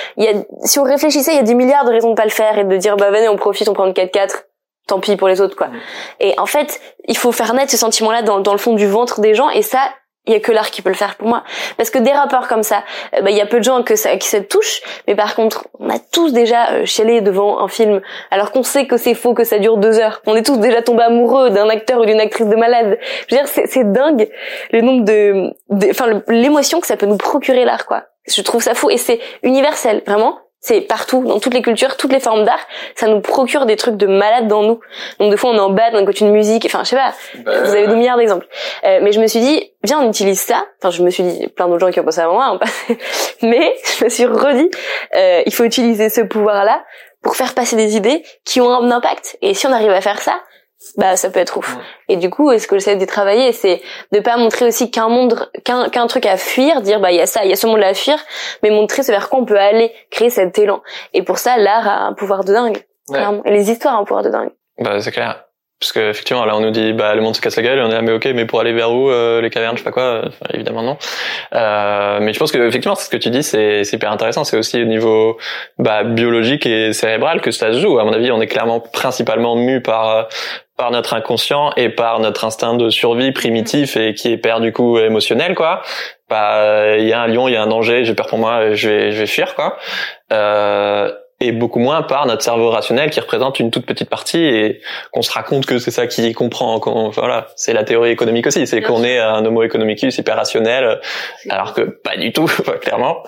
Si on réfléchissait, il y a des milliards de raisons de pas le faire et de dire venez on profite, on prend une 4x4, tant pis pour les autres quoi. Et en fait il faut faire naître ce sentiment là dans le fond du ventre des gens, et ça il y a que l'art qui peut le faire pour moi, parce que des rapports comme ça il y a peu de gens qui se touchent, mais par contre on a tous déjà chialé devant un film alors qu'on sait que c'est faux, que ça dure 2 heures, on est tous déjà tombés amoureux d'un acteur ou d'une actrice de malade. Je veux dire c'est dingue le nombre l'émotion que ça peut nous procurer l'art quoi. Je trouve ça fou et c'est universel vraiment. C'est partout, dans toutes les cultures, toutes les formes d'art, ça nous procure des trucs de malade dans nous. Donc des fois on est en bad, on écoute une musique, je sais pas, vous avez des milliards d'exemples. Mais je me suis dit, viens on utilise ça, je me suis dit, plein d'autres gens qui ont pensé avant moi, mais je me suis redit, il faut utiliser ce pouvoir-là pour faire passer des idées qui ont un impact. Et si on arrive à faire ça, ça peut être ouf. Ouais. Et du coup, ce que j'essaie de travailler, c'est de pas montrer aussi qu'un truc à fuir, dire il y a ça, il y a ce monde à fuir, mais montrer c'est vers quoi on peut aller, créer cet élan. Et pour ça, l'art a un pouvoir de dingue, clairement. Et les histoires ont un pouvoir de dingue. C'est clair. Parce que effectivement là on nous dit le monde se casse la gueule et on est là mais ok mais pour aller vers où les cavernes je sais pas quoi évidemment non. Mais je pense que effectivement ce que tu dis c'est hyper intéressant, c'est aussi au niveau biologique et cérébral que ça se joue. À mon avis on est clairement principalement mu par notre inconscient et par notre instinct de survie primitif et qui est père du coup émotionnel quoi. Il y a un lion, il y a un danger, j'ai peur pour moi, je vais fuir quoi. et beaucoup moins par notre cerveau rationnel qui représente une toute petite partie et qu'on se raconte que c'est ça qui comprend. Voilà, c'est la théorie économique aussi, c'est qu'on est un homo economicus hyper rationnel, alors que pas du tout, clairement.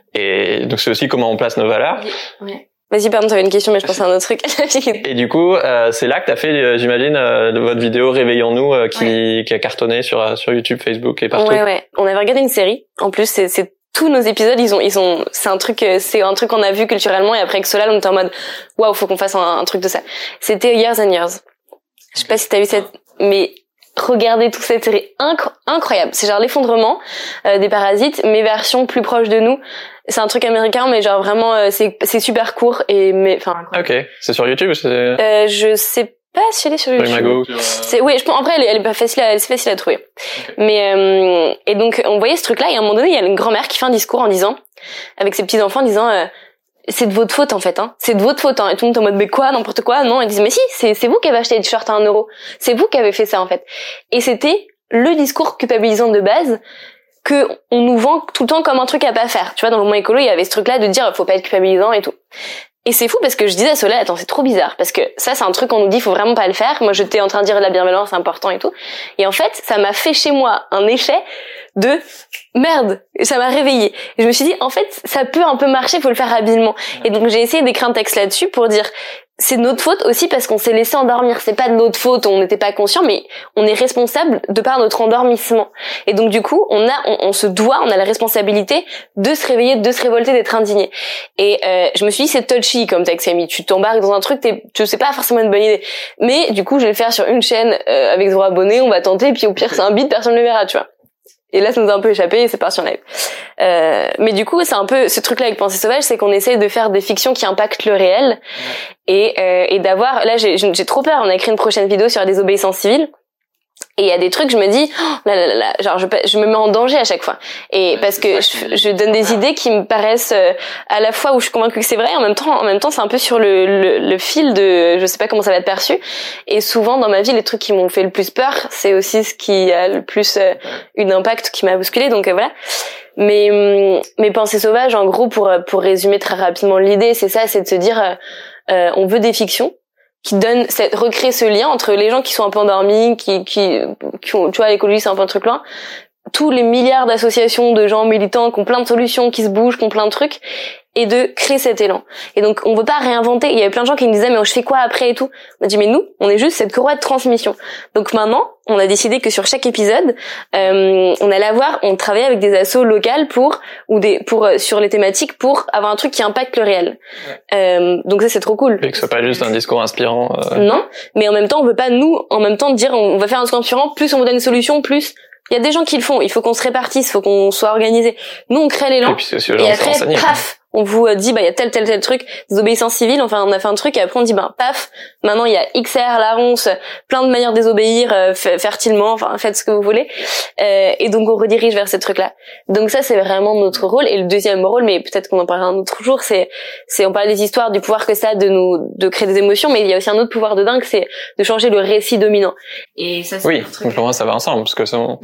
Et donc c'est aussi comment on place nos valeurs. Ouais. Vas-y, pardon, t'avais une question, mais je pensais à un autre truc. Et du coup, c'est là que t'as fait, j'imagine, votre vidéo Réveillons-nous, qui a cartonné sur YouTube, Facebook et partout. Ouais. On avait regardé une série. En plus, c'est tous nos épisodes, c'est un truc qu'on a vu culturellement, et après avec Solal, on était en mode, waouh, faut qu'on fasse un truc de ça. C'était Years and Years. Je sais pas si t'as vu mais regardez toute cette série incroyable. C'est genre l'effondrement des parasites, mais version plus proche de nous. C'est un truc américain, mais genre vraiment c'est super court Ok, c'est sur YouTube, je sais pas si elle est sur YouTube. Imago, oui, je pense après elle est pas facile c'est facile à trouver. Okay. Mais et donc on voyait ce truc là, et à un moment donné, il y a une grand-mère qui fait un discours en disant, avec ses petits enfants, en disant c'est de votre faute en fait, hein. C'est de votre faute, hein. Et tout le monde est en mode, mais quoi, n'importe quoi. Non, ils disent, mais si, c'est vous qui avez acheté des t-shirts à 1€. C'est vous qui avez fait ça en fait. Et c'était le discours culpabilisant de base que on nous vend tout le temps comme un truc à pas faire. Tu vois, dans le mouvement écolo, il y avait ce truc-là de dire, faut pas être culpabilisant et tout. Et c'est fou parce que je disais à Solal, attends, c'est trop bizarre, parce que ça, c'est un truc qu'on nous dit, faut vraiment pas le faire. Moi, j'étais en train de dire la bienveillance, c'est important et tout. Et en fait, ça m'a fait chez moi un effet de merde. Et ça m'a réveillée. Et je me suis dit, en fait, ça peut un peu marcher, faut le faire habilement. Et donc, j'ai essayé d'écrire un texte là-dessus pour dire, c'est de notre faute aussi parce qu'on s'est laissé endormir. C'est pas de notre faute, on n'était pas conscient, mais on est responsable de par notre endormissement. Et donc du coup, on se doit, on a la responsabilité de se réveiller, de se révolter, d'être indigné. Et je me suis dit, c'est touchy comme texte, Camille. Tu t'embarques dans un truc, tu sais pas forcément une bonne idée. Mais du coup, je vais le faire sur une chaîne avec 0 abonnés, on va tenter, puis au pire, c'est un bide, personne ne le verra, tu vois. Et là, ça nous a un peu échappé et c'est parti en live. Mais du coup, c'est un peu ce truc-là avec Pensée Sauvage, c'est qu'on essaye de faire des fictions qui impactent le réel et d'avoir. Là, j'ai trop peur. On a écrit une prochaine vidéo sur la désobéissance civile. Et il y a des trucs, je me dis, oh, là, genre je me mets en danger à chaque fois. Et parce que je donne des idées qui me paraissent à la fois où je suis convaincue que c'est vrai, en même temps c'est un peu sur le fil de, je sais pas comment ça va être perçu. Et souvent dans ma vie, les trucs qui m'ont fait le plus peur, c'est aussi ce qui a le plus eu d'impact, qui m'a bousculé. Donc voilà. Mais Pensée Sauvage, en gros, pour résumer très rapidement l'idée, c'est ça, c'est de se dire, on veut des fictions qui recréer ce lien entre les gens qui sont un peu endormis, qui ont, tu vois, l'écologie c'est un peu un truc loin, tous les milliards d'associations de gens militants qui ont plein de solutions, qui se bougent, qui ont plein de trucs, et de créer cet élan. Et donc on veut pas réinventer. Il y avait plein de gens qui me disaient, mais je fais quoi après et tout. On a dit, mais nous, on est juste cette courroie de transmission. Donc maintenant, on a décidé que sur chaque épisode, on travaillait avec des assos locales sur les thématiques pour avoir un truc qui impacte le réel. Donc ça c'est trop cool. Et que ce soit pas juste un discours inspirant. Non, mais en même temps on veut pas dire on va faire un discours inspirant, plus on vous donne une solution, plus il y a des gens qui le font. Il faut qu'on se répartisse, il faut qu'on soit organisé. Nous on crée l'élan. Et après paf, on vous dit il y a tel truc, désobéissance civile, enfin on a fait un truc et après on dit paf, maintenant il y a XR, la ronce, plein de manières de désobéir fertilement, enfin faites ce que vous voulez. Et donc on redirige vers ces trucs-là. Donc ça c'est vraiment notre rôle. Et le deuxième rôle, mais peut-être qu'on en parlera un autre jour, c'est on parle des histoires, du pouvoir que ça a de créer des émotions, mais il y a aussi un autre pouvoir de dingue, c'est de changer le récit dominant. Et ça c'est donc pour moi ça va ensemble parce que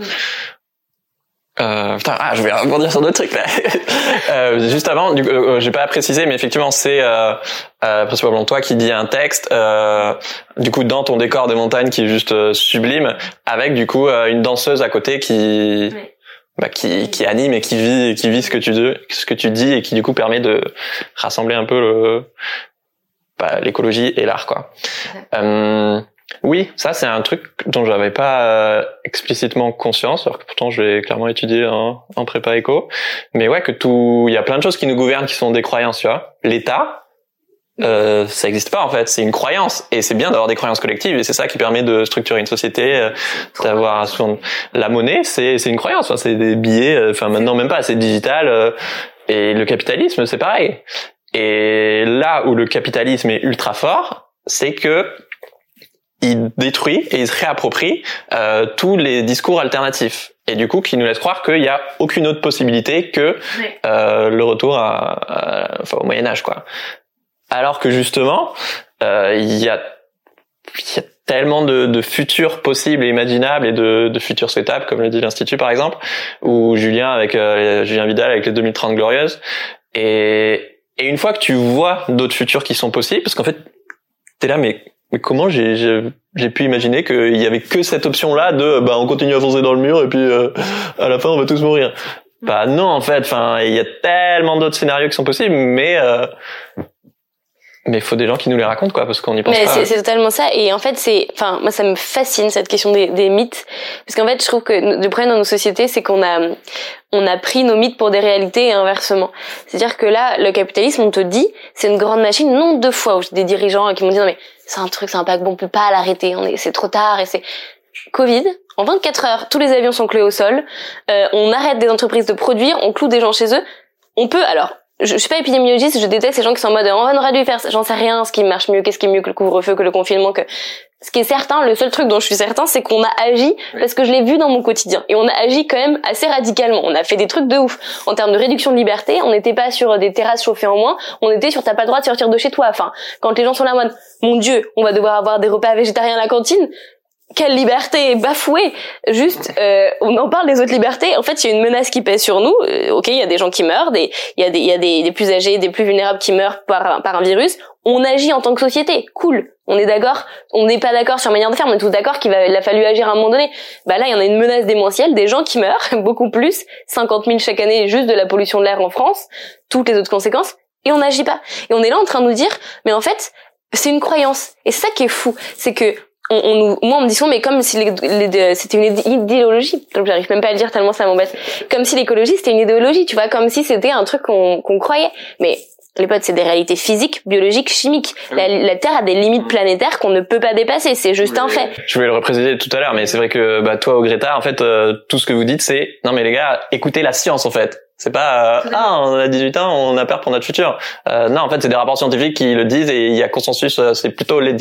je vais rebondir sur d'autres trucs là. Juste avant, j'ai pas précisé, mais effectivement c'est principalement toi qui dis un texte, du coup dans ton décor de montagne qui est juste sublime, avec du coup une danseuse à côté qui anime et qui vit ce que tu dis et qui du coup permet de rassembler un peu l'écologie et l'art quoi. Oui, ça c'est un truc dont j'avais pas explicitement conscience, alors que pourtant je l'ai clairement étudié en prépa éco. Mais ouais, il y a plein de choses qui nous gouvernent qui sont des croyances, tu vois. L'État, ça existe pas en fait, c'est une croyance et c'est bien d'avoir des croyances collectives et c'est ça qui permet de structurer une société, d'avoir la monnaie, c'est une croyance, enfin, c'est des billets, maintenant même pas, c'est digital et le capitalisme c'est pareil. Et là où le capitalisme est ultra fort, c'est que il détruit et il se réapproprie tous les discours alternatifs et du coup qui nous laisse croire qu'il y a aucune autre possibilité que le retour au Moyen-Âge quoi. Alors que justement il y a tellement de futurs possibles et imaginables et de futurs souhaitables comme le dit l'Institut par exemple ou Julien Vidal avec les 2030 glorieuses et Et une fois que tu vois d'autres futurs qui sont possibles, parce qu'en fait, t'es là, mais comment j'ai pu imaginer qu'il y avait que cette option-là de, on continue à foncer dans le mur et puis à la fin on va tous mourir. Bah non, en fait, il y a tellement d'autres scénarios qui sont possibles, mais il faut des gens qui nous les racontent, quoi, parce qu'on y pense pas. Mais c'est totalement ça. Et en fait, moi, ça me fascine, cette question des mythes. Parce qu'en fait, je trouve que le problème dans nos sociétés, c'est qu'on a pris nos mythes pour des réalités et inversement. C'est-à-dire que là, le capitalisme, on te dit, c'est une grande machine. Nombre de fois où j'ai des dirigeants qui m'ont dit, non, mais c'est un paquebot, on peut pas l'arrêter. C'est trop tard et c'est Covid. En 24 heures, tous les avions sont cloués au sol. On arrête des entreprises de produire, on cloue des gens chez eux. On peut, alors, je suis pas épidémiologiste, je déteste ces gens qui sont en mode on aurait dû faire ça, j'en sais rien, ce qui marche mieux, qu'est-ce qui est mieux que le couvre-feu, que le confinement, que ce qui est certain, le seul truc dont je suis certain, c'est qu'on a agi parce que je l'ai vu dans mon quotidien et on a agi quand même assez radicalement. On a fait des trucs de ouf en termes de réduction de liberté, on n'était pas sur des terrasses chauffées en moins, on était sur t'as pas le droit de sortir de chez toi. Enfin, quand les gens sont là en mode mon Dieu, on va devoir avoir des repas végétariens à la cantine. Quelle liberté bafouée. Juste, on en parle des autres libertés. En fait, il y a une menace qui pèse sur nous. Ok, il y a des gens qui meurent, il y a des plus âgés, des plus vulnérables qui meurent par un virus. On agit en tant que société. Cool. On est d'accord. On n'est pas d'accord sur la manière de faire. On est tous d'accord il a fallu agir à un moment donné. Bah là, il y en a une menace démentielle, des gens qui meurent, beaucoup plus. 50 000 chaque année juste de la pollution de l'air en France. Toutes les autres conséquences. Et on n'agit pas. Et on est là en train de nous dire, mais en fait, c'est une croyance. Et c'est ça qui est fou. C'est que, moi on me dit souvent mais comme si c'était une idéologie, donc j'arrive même pas à le dire tellement ça m'embête, comme si l'écologie c'était une idéologie, tu vois, comme si c'était un truc qu'on croyait, mais les potes, c'est des réalités physiques, biologiques, chimiques. La Terre a des limites planétaires qu'on ne peut pas dépasser, c'est juste un fait. Je voulais le repréciser tout à l'heure, mais c'est vrai que toi au Greta, en fait, tout ce que vous dites, c'est non mais les gars, écoutez la science en fait. C'est pas on a 18 ans, on a peur pour notre futur. Non, en fait, c'est des rapports scientifiques qui le disent et il y a consensus. C'est plutôt les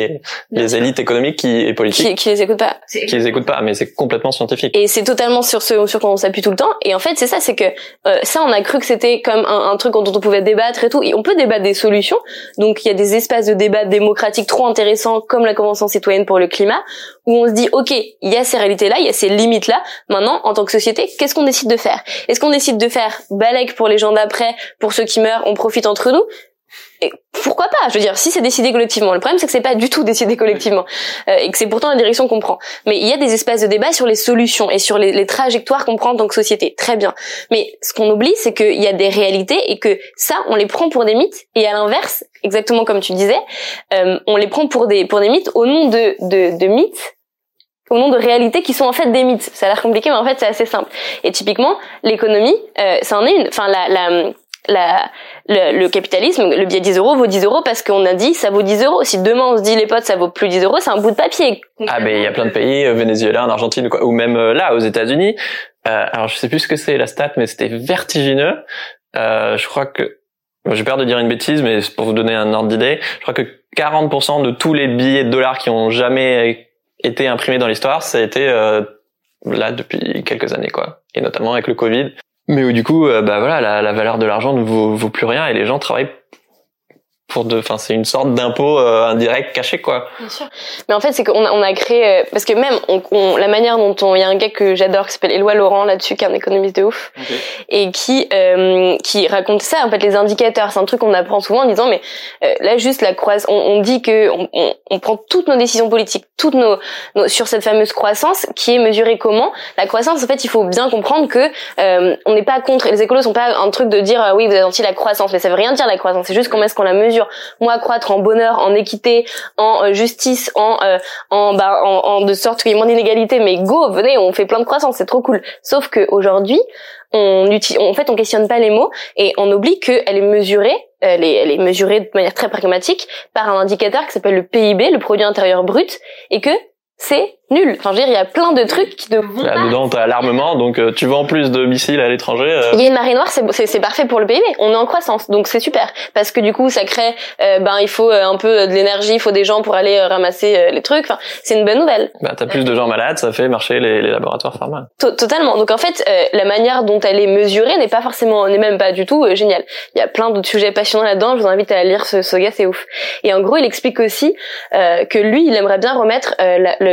élites économiques et politiques qui les écoutent pas. Qui les écoutent pas, mais c'est complètement scientifique. Et c'est totalement sur quoi on s'appuie tout le temps. Et en fait, c'est ça, c'est que ça, on a cru que c'était comme un truc dont on pouvait débattre et tout. Et on peut débattre des solutions. Donc, il y a des espaces de débat démocratiques trop intéressants, comme la Convention citoyenne pour le climat, où on se dit, ok, il y a ces réalités-là, il y a ces limites-là. Maintenant, en tant que société, qu'est-ce qu'on décide de faire? Est-ce qu'on décide de faire balèque pour les gens d'après, pour ceux qui meurent, on profite entre nous? Et pourquoi pas? Je veux dire, si c'est décidé collectivement. Le problème, c'est que c'est pas du tout décidé collectivement. Et que c'est pourtant la direction qu'on prend. Mais il y a des espaces de débat sur les solutions et sur les trajectoires qu'on prend en tant que société. Très bien. Mais ce qu'on oublie, c'est qu'il y a des réalités et que ça, on les prend pour des mythes. Et à l'inverse, exactement comme tu disais, on les prend pour des mythes au nom de mythes, au nom de réalités qui sont en fait des mythes. Ça a l'air compliqué, mais en fait, c'est assez simple. Et typiquement, l'économie, ça en est une. Enfin, le capitalisme, le billet 10 € vaut 10 € parce qu'on a dit ça vaut 10 €. Si demain on se dit les potes ça vaut plus 10 €, c'est un bout de papier. Ah ben il y a plein de pays, Venezuela, en Argentine ou même là aux États-Unis. Alors je sais plus ce que c'est la stat, mais c'était vertigineux. Je crois que j'ai peur de dire une bêtise, mais c'est pour vous donner un ordre d'idée. Je crois que 40% de tous les billets de dollars qui ont jamais été imprimés dans l'histoire, ça a été là depuis quelques années quoi, et notamment avec le Covid. Mais où du coup, voilà, la valeur de l'argent ne vaut plus rien et les gens travaillent c'est une sorte d'impôt indirect caché quoi. Bien sûr. Mais en fait c'est qu'on a créé parce que même la manière dont il y a un gars que j'adore qui s'appelle Éloi Laurent là-dessus qui est un économiste de ouf et qui raconte ça en fait les indicateurs, c'est un truc qu'on apprend souvent en disant mais là juste la croissance on dit que on prend toutes nos décisions politiques, toutes nos sur cette fameuse croissance qui est mesurée comment? La croissance en fait, il faut bien comprendre que on n'est pas contre, les écolos sont pas un truc de dire oui, vous êtes anti la croissance, mais ça veut rien dire la croissance, c'est juste comment est-ce qu'on la mesure. Moi, croître en bonheur, en équité, en justice, de sorte qu'il y ait moins d'inégalité, mais go, venez, on fait plein de croissance, c'est trop cool. Sauf que aujourd'hui, on questionne pas les mots et on oublie qu'elle est mesurée, elle est mesurée de manière très pragmatique par un indicateur qui s'appelle le PIB, le produit intérieur brut, et que c'est nul. Enfin, je veux dire, il y a plein de trucs qui ne vont pas. Là-dedans, t'as l'armement, donc tu vends plus de missiles à l'étranger. Il y a une marée noire, c'est parfait pour le PIB. On est en croissance, donc c'est super. Parce que du coup, ça crée, il faut un peu de l'énergie, il faut des gens pour aller ramasser les trucs. Enfin, c'est une bonne nouvelle. T'as plus de gens malades, ça fait marcher les laboratoires pharma. Totalement. Donc en fait, la manière dont elle est mesurée n'est même pas du tout géniale. Il y a plein d'autres sujets passionnants là-dedans. Je vous invite à lire ce gars, c'est ouf. Et en gros, il explique aussi que lui, il aimerait bien remettre les indicateurs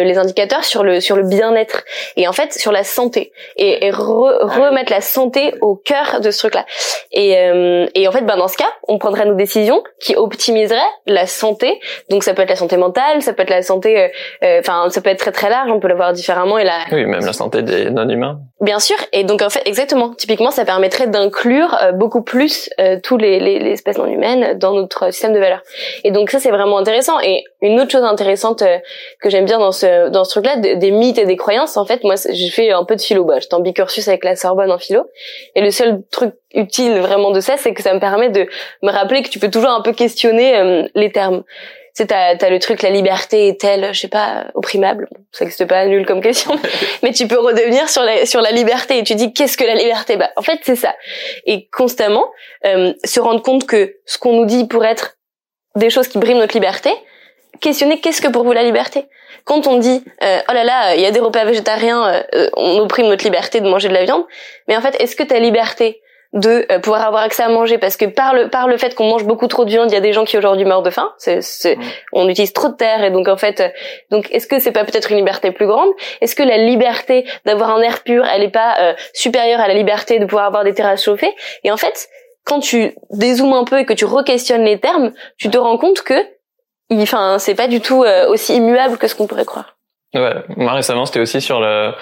éducateurs sur le bien-être et en fait sur la santé et remettre la santé au cœur de ce truc-là. Et en fait, dans ce cas, on prendrait nos décisions qui optimiseraient la santé. Donc ça peut être la santé mentale, ça peut être la santé, ça peut être très très large. On peut le voir différemment oui, même la santé des non-humains. Bien sûr. Et donc en fait, exactement. Typiquement, ça permettrait d'inclure beaucoup plus tous les espèces non humaines dans notre système de valeurs. Et donc ça, c'est vraiment intéressant. Et une autre chose intéressante que j'aime bien dans ce truc-là, des mythes et des croyances. En fait, moi, j'ai fait un peu de philo. J'étais en bicursus avec la Sorbonne en philo. Et le seul truc utile vraiment de ça, c'est que ça me permet de me rappeler que tu peux toujours un peu questionner les termes. Tu sais, t'as le truc, la liberté est-elle, je sais pas, opprimable? Bon, ça n'existe pas, nul comme question. Mais tu peux redevenir sur la liberté et tu dis, qu'est-ce que la liberté? En fait, c'est ça. Et constamment, se rendre compte que ce qu'on nous dit pourrait être des choses qui briment notre liberté, questionner qu'est-ce que pour vous la liberté? Quand on dit, oh là là, il y a des repas végétariens, on opprime notre liberté de manger de la viande. Mais en fait, est-ce que ta liberté de pouvoir avoir accès à manger, parce que par le fait qu'on mange beaucoup trop de viande, il y a des gens qui aujourd'hui meurent de faim, on utilise trop de terre, et donc en fait, est-ce que c'est pas peut-être une liberté plus grande? Est-ce que la liberté d'avoir un air pur, elle est pas supérieure à la liberté de pouvoir avoir des terrasses chauffées? Et en fait, quand tu dézoomes un peu et que tu re-questionnes les termes, tu te rends compte que c'est pas du tout aussi immuable que ce qu'on pourrait croire. Ouais, moi récemment, c'était aussi sur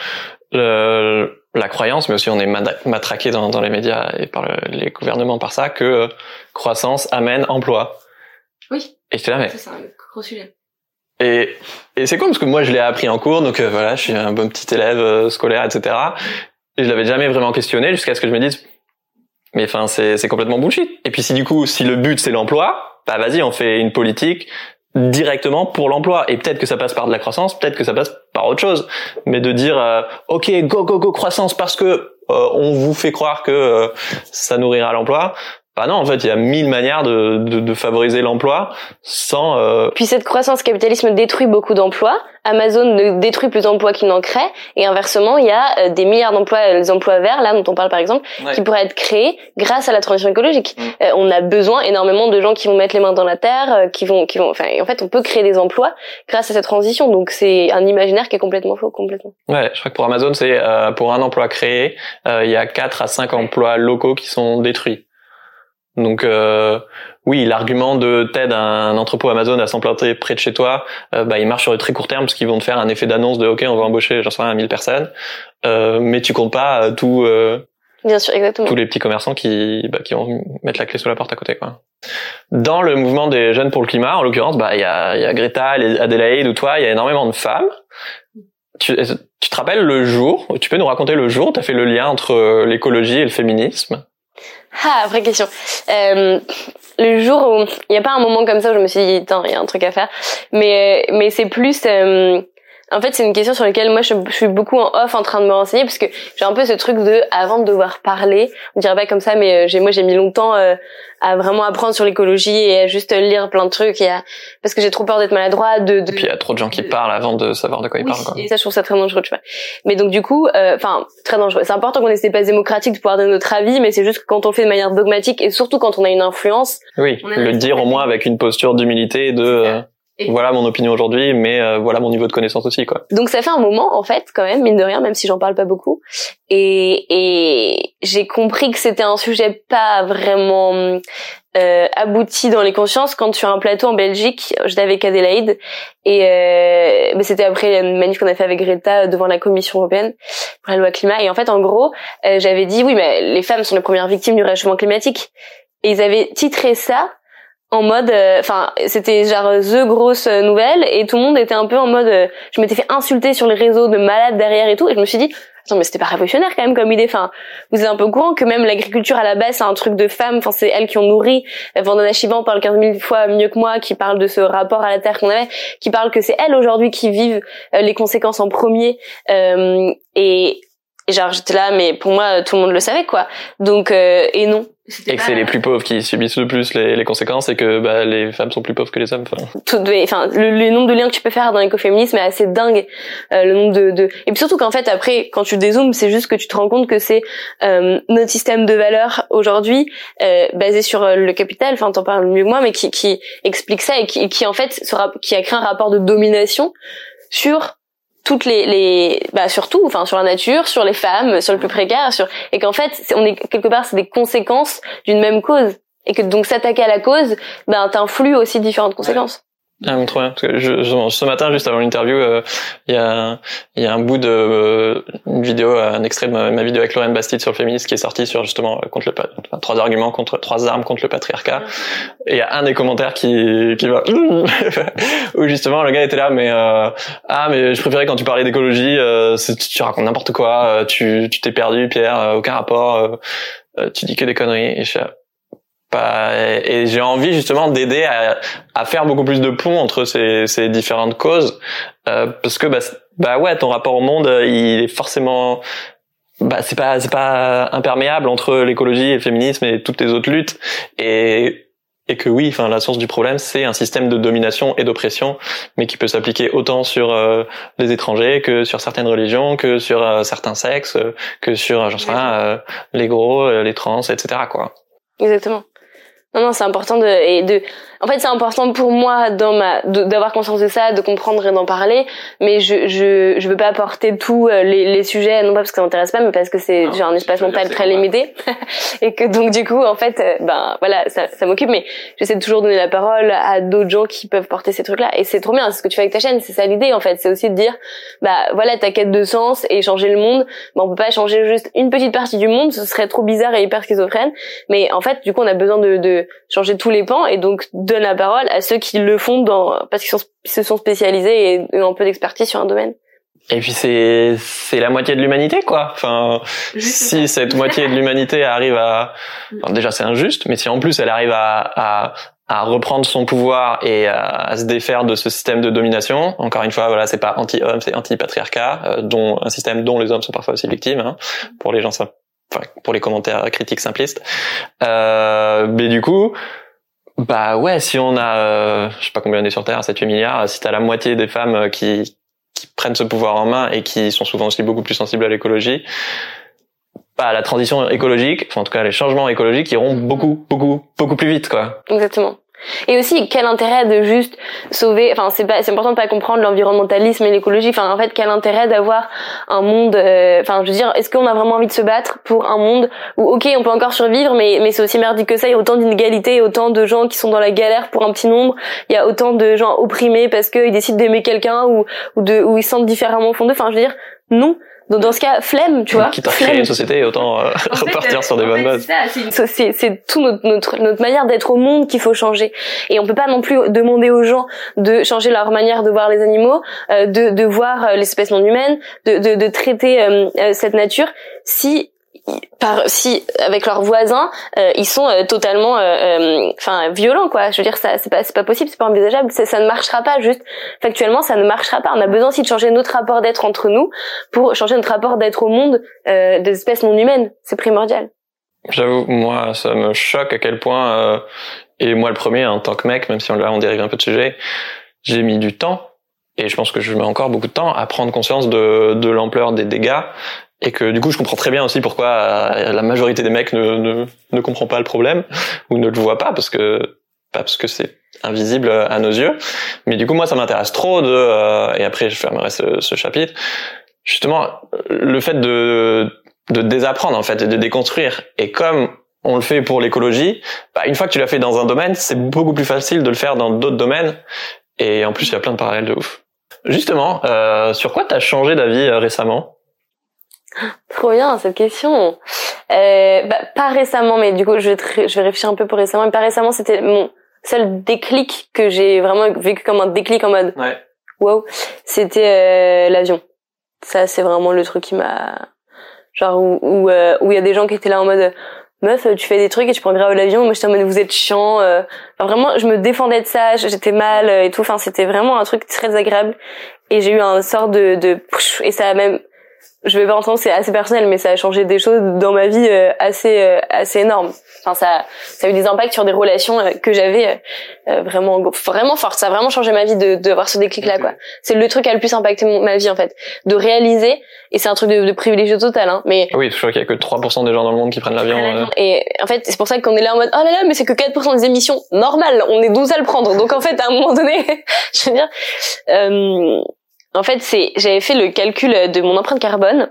la croyance, mais aussi on est matraqué dans les médias et par les gouvernements par ça, que croissance amène emploi. Oui. Et j'étais là, mais... C'est un gros sujet. Et c'est cool parce que moi je l'ai appris en cours, donc voilà, je suis un bon petit élève scolaire, etc. Et je l'avais jamais vraiment questionné jusqu'à ce que je me dise, mais c'est complètement bullshit. Et puis si le but c'est l'emploi, vas-y, on fait une politique directement pour l'emploi, et peut-être que ça passe par de la croissance, peut-être que ça passe par autre chose, mais de dire ok, go croissance parce que on vous fait croire que ça nourrira l'emploi. Non, en fait, il y a 1000 manières de favoriser l'emploi sans... Puis cette croissance capitalisme détruit beaucoup d'emplois. Amazon ne détruit plus d'emplois qu'il n'en crée. Et inversement, il y a des milliards d'emplois, les emplois verts, là, dont on parle par exemple, qui pourraient être créés grâce à la transition écologique. On a besoin énormément de gens qui vont mettre les mains dans la terre, et en fait, on peut créer des emplois grâce à cette transition. Donc, c'est un imaginaire qui est complètement faux, complètement. Ouais, je crois que pour Amazon, c'est pour un emploi créé, il y a 4 à 5 emplois locaux qui sont détruits. Donc oui, l'argument de t'aides un entrepôt Amazon à s'implanter près de chez toi, il marche sur le très court terme parce qu'ils vont te faire un effet d'annonce de OK, on va embaucher, j'en sais rien, 1000 personnes, mais tu comptes pas Bien sûr, exactement. tous les petits commerçants qui vont mettre la clé sous la porte à côté, quoi. Dans le mouvement des jeunes pour le climat, en l'occurrence, il y a Greta, Adélaïde ou toi, il y a énormément de femmes. Tu te rappelles le jour, tu peux nous raconter le jour où tu as fait le lien entre l'écologie et le féminisme? Vraie question. Le jour où il n'y a pas un moment comme ça où je me suis dit il y a un truc à faire, mais c'est plus en fait c'est une question sur laquelle moi je suis beaucoup en off en train de me renseigner, parce que j'ai un peu ce truc de, avant de devoir parler, on dirait pas comme ça, mais j'ai mis longtemps à vraiment apprendre sur l'écologie et à juste lire plein de trucs parce que j'ai trop peur d'être maladroite, et puis il y a trop de gens qui parlent avant de savoir de quoi ils parlent, quoi. Et ça je trouve ça très dangereux, tu vois. Mais donc du coup très dangereux. C'est important qu'on ait ces espaces démocratiques de pouvoir donner notre avis, mais c'est juste que quand on le fait de manière dogmatique et surtout quand on a une influence, oui, le dire au moins avec une posture d'humilité voilà mon opinion aujourd'hui, mais voilà mon niveau de connaissance aussi, quoi. Donc ça fait un moment en fait quand même, mine de rien, même si j'en parle pas beaucoup, et j'ai compris que c'était un sujet pas vraiment abouti dans les consciences quand sur un plateau en Belgique, j'étais avec Adélaïde et c'était après une manif qu'on a fait avec Greta devant la Commission européenne pour la loi climat, et en fait en gros j'avais dit oui mais les femmes sont les premières victimes du réchauffement climatique, et ils avaient titré ça en mode c'était genre the grosse nouvelle, et tout le monde était un peu en mode je m'étais fait insulter sur les réseaux de malades derrière et tout, et je me suis dit attends mais c'était pas révolutionnaire quand même comme idée, vous êtes un peu au courant que même l'agriculture à la base c'est un truc de femmes, c'est elles qui ont nourri. Vandana Shiva en parle 15 000 fois mieux que moi, qui parle de ce rapport à la terre qu'on avait, qui parle que c'est elles aujourd'hui qui vivent les conséquences en premier, et genre j'étais là mais pour moi tout le monde le savait, quoi. Donc et non, et que c'est les plus pauvres qui subissent le plus les conséquences, et que les femmes sont plus pauvres que les hommes. Le nombre de liens que tu peux faire dans l'écoféminisme est assez dingue. Le nombre de et puis surtout qu'en fait après quand tu dézoomes, c'est juste que tu te rends compte que c'est notre système de valeurs aujourd'hui basé sur le capital, t'en parles mieux que moi, mais qui explique ça, et qui en fait qui a créé un rapport de domination sur toutes surtout, enfin, sur la nature, sur les femmes, sur le plus précaire, et qu'en fait, on est quelque part, c'est des conséquences d'une même cause. Et que donc s'attaquer à la cause, t'influe aussi différentes conséquences. Ah, trop bien. Parce que ce matin, juste avant l'interview, il y a un bout de une vidéo, un extrait de ma vidéo avec Lorraine Bastide sur le féminisme qui est sorti sur justement trois armes contre le patriarcat. Et il y a un des commentaires qui va où justement le gars était là, mais je préférais quand tu parlais d'écologie, tu racontes n'importe quoi, tu t'es perdu, Pierre, aucun rapport, tu dis que des conneries. Et j'ai envie justement d'aider à faire beaucoup plus de ponts entre ces différentes causes, parce que ouais, ton rapport au monde, il est forcément c'est pas imperméable entre l'écologie et le féminisme et toutes les autres luttes, et que oui, enfin la source du problème, c'est un système de domination et d'oppression, mais qui peut s'appliquer autant sur les étrangers que sur certaines religions, que sur certains sexes, que sur les gros, les trans, etc. quoi. Exactement. Non, c'est important en fait, c'est important pour moi d'avoir conscience de ça, de comprendre et d'en parler, mais je veux pas apporter tous les sujets, non pas parce que ça m'intéresse pas, mais parce que j'ai un espace mental très limité et que donc du coup, en fait, voilà, ça m'occupe, mais j'essaie de toujours donner la parole à d'autres gens qui peuvent porter ces trucs-là, et c'est trop bien, c'est ce que tu fais avec ta chaîne, c'est ça l'idée, en fait, c'est aussi de dire, voilà, ta quête de sens et changer le monde, on peut pas changer juste une petite partie du monde, ce serait trop bizarre et hyper schizophrène, mais en fait, du coup, on a besoin de changer tous les pans, et donc donne la parole à ceux qui le font parce qu'ils se sont spécialisés et ont un peu d'expertise sur un domaine. Et puis c'est la moitié de l'humanité, quoi. Enfin, si cette moitié de l'humanité arrive déjà c'est injuste, mais si en plus elle arrive à reprendre son pouvoir et à se défaire de ce système de domination, encore une fois, voilà, c'est pas anti-homme, c'est anti-patriarcat, dont un système dont les hommes sont parfois aussi victimes, pour les gens pour les commentaires critiques simplistes. Mais du coup, ouais, si on a, je sais pas combien on est sur Terre, 7-8 milliards, si t'as la moitié des femmes qui prennent ce pouvoir en main et qui sont souvent aussi beaucoup plus sensibles à l'écologie, la transition écologique, en tout cas les changements écologiques iront beaucoup plus vite, quoi. Exactement. Et aussi, quel intérêt de juste sauver, c'est important de pas comprendre l'environnementalisme et l'écologie, en fait, quel intérêt d'avoir un monde, je veux dire, est-ce qu'on a vraiment envie de se battre pour un monde où, ok, on peut encore survivre, mais c'est aussi merdique que ça, il y a autant d'inégalités, autant de gens qui sont dans la galère pour un petit nombre, il y a autant de gens opprimés parce qu'ils décident d'aimer quelqu'un ou ils se sentent différemment au fond d'eux, je veux dire, non. Donc dans ce cas, flemme, tu vois. Quitte à créer une société, autant repartir sur des bonnes bases. C'est tout notre manière d'être au monde qu'il faut changer. Et on peut pas non plus demander aux gens de changer leur manière de voir les animaux, de voir les espèces non humaines, de traiter cette nature si avec leurs voisins ils sont totalement violents, quoi. Je veux dire, ça c'est pas possible, c'est pas envisageable, ça ne marchera pas, juste factuellement ça ne marchera pas. On a besoin aussi de changer notre rapport d'être entre nous pour changer notre rapport d'être au monde des espèces non humaines, c'est primordial. J'avoue, moi ça me choque à quel point et moi le premier en tant que mec, même si on dérive un peu de sujet, j'ai mis du temps, et je pense que je mets encore beaucoup de temps à prendre conscience de l'ampleur des dégâts. Et que du coup je comprends très bien aussi pourquoi la majorité des mecs ne comprend pas le problème ou ne le voit pas, parce que c'est invisible à nos yeux. Mais du coup moi ça m'intéresse trop et après je fermerai ce chapitre, justement le fait de désapprendre, en fait, et de déconstruire. Et comme on le fait pour l'écologie, une fois que tu l'as fait dans un domaine, c'est beaucoup plus facile de le faire dans d'autres domaines, et en plus il y a plein de parallèles de ouf. Justement, sur quoi t'as changé d'avis récemment? Trop bien cette question. Pas récemment, mais du coup je vais réfléchir un peu pour récemment. Mais pas récemment, c'était mon seul déclic que j'ai vraiment vécu comme un déclic en mode wow. C'était l'avion. Ça c'est vraiment le truc qui m'a où il y a des gens qui étaient là en mode meuf, tu fais des trucs et tu prends grave l'avion. Moi j'étais en mode vous êtes chiant. Vraiment je me défendais de ça, j'étais mal et tout. C'était vraiment un truc très agréable. Et j'ai eu un sort de et ça a même, je vais pas entendre, c'est assez personnel, mais ça a changé des choses dans ma vie assez énormes. Ça a eu des impacts sur des relations que j'avais vraiment fortes. Ça a vraiment changé ma vie de avoir ce déclic là, quoi. C'est le truc qui a le plus impacté ma vie, en fait, de réaliser. Et c'est un truc de privilégié total, hein. Mais oui, je crois qu'il y a que 3% des gens dans le monde qui prennent l'avion. Et en fait, c'est pour ça qu'on est là en mode oh là là, mais c'est que 4% des émissions. Normal, on est 12 à le prendre. Donc en fait, à un moment donné, je veux dire. En fait, j'avais fait le calcul de mon empreinte carbone.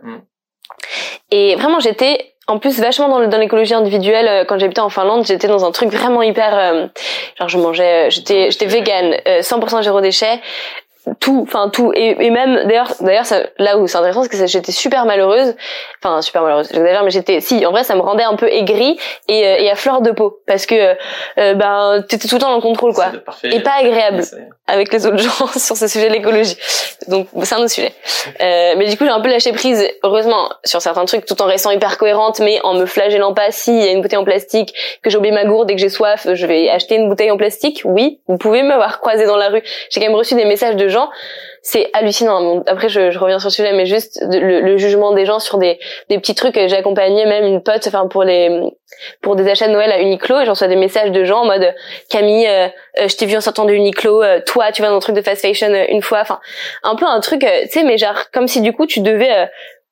Et vraiment, j'étais en plus vachement dans l'écologie individuelle. Quand j'habitais en Finlande, j'étais dans un truc vraiment hyper genre je mangeais, j'étais végane, 100% zéro déchet, tout et même d'ailleurs ça, là où c'est intéressant, c'est que j'étais super malheureuse, j'exagère, mais en vrai ça me rendait un peu aigrie et à fleur de peau, parce que t'étais tout le temps dans le contrôle, quoi, et pas agréable avec les autres gens sur ce sujet de l'écologie. Donc c'est un autre sujet. Mais du coup j'ai un peu lâché prise, heureusement, sur certains trucs, tout en restant hyper cohérente, mais en me flagellant pas. Si il y a une bouteille en plastique, que j'ai oublié ma gourde et que j'ai soif, je vais acheter une bouteille en plastique. Oui, vous pouvez m'avoir croisé dans la rue. J'ai quand même reçu des messages de gens. C'est hallucinant. Après, je reviens sur le sujet, mais juste le jugement des gens sur des petits trucs. J'ai accompagné même une pote, pour des achats de Noël à Uniqlo, et j'en reçois des messages de gens en mode Camille, je t'ai vu en sortant de Uniqlo, toi tu vas dans un truc de fast fashion une fois, enfin un peu un truc, tu sais, mais genre comme si du coup tu devais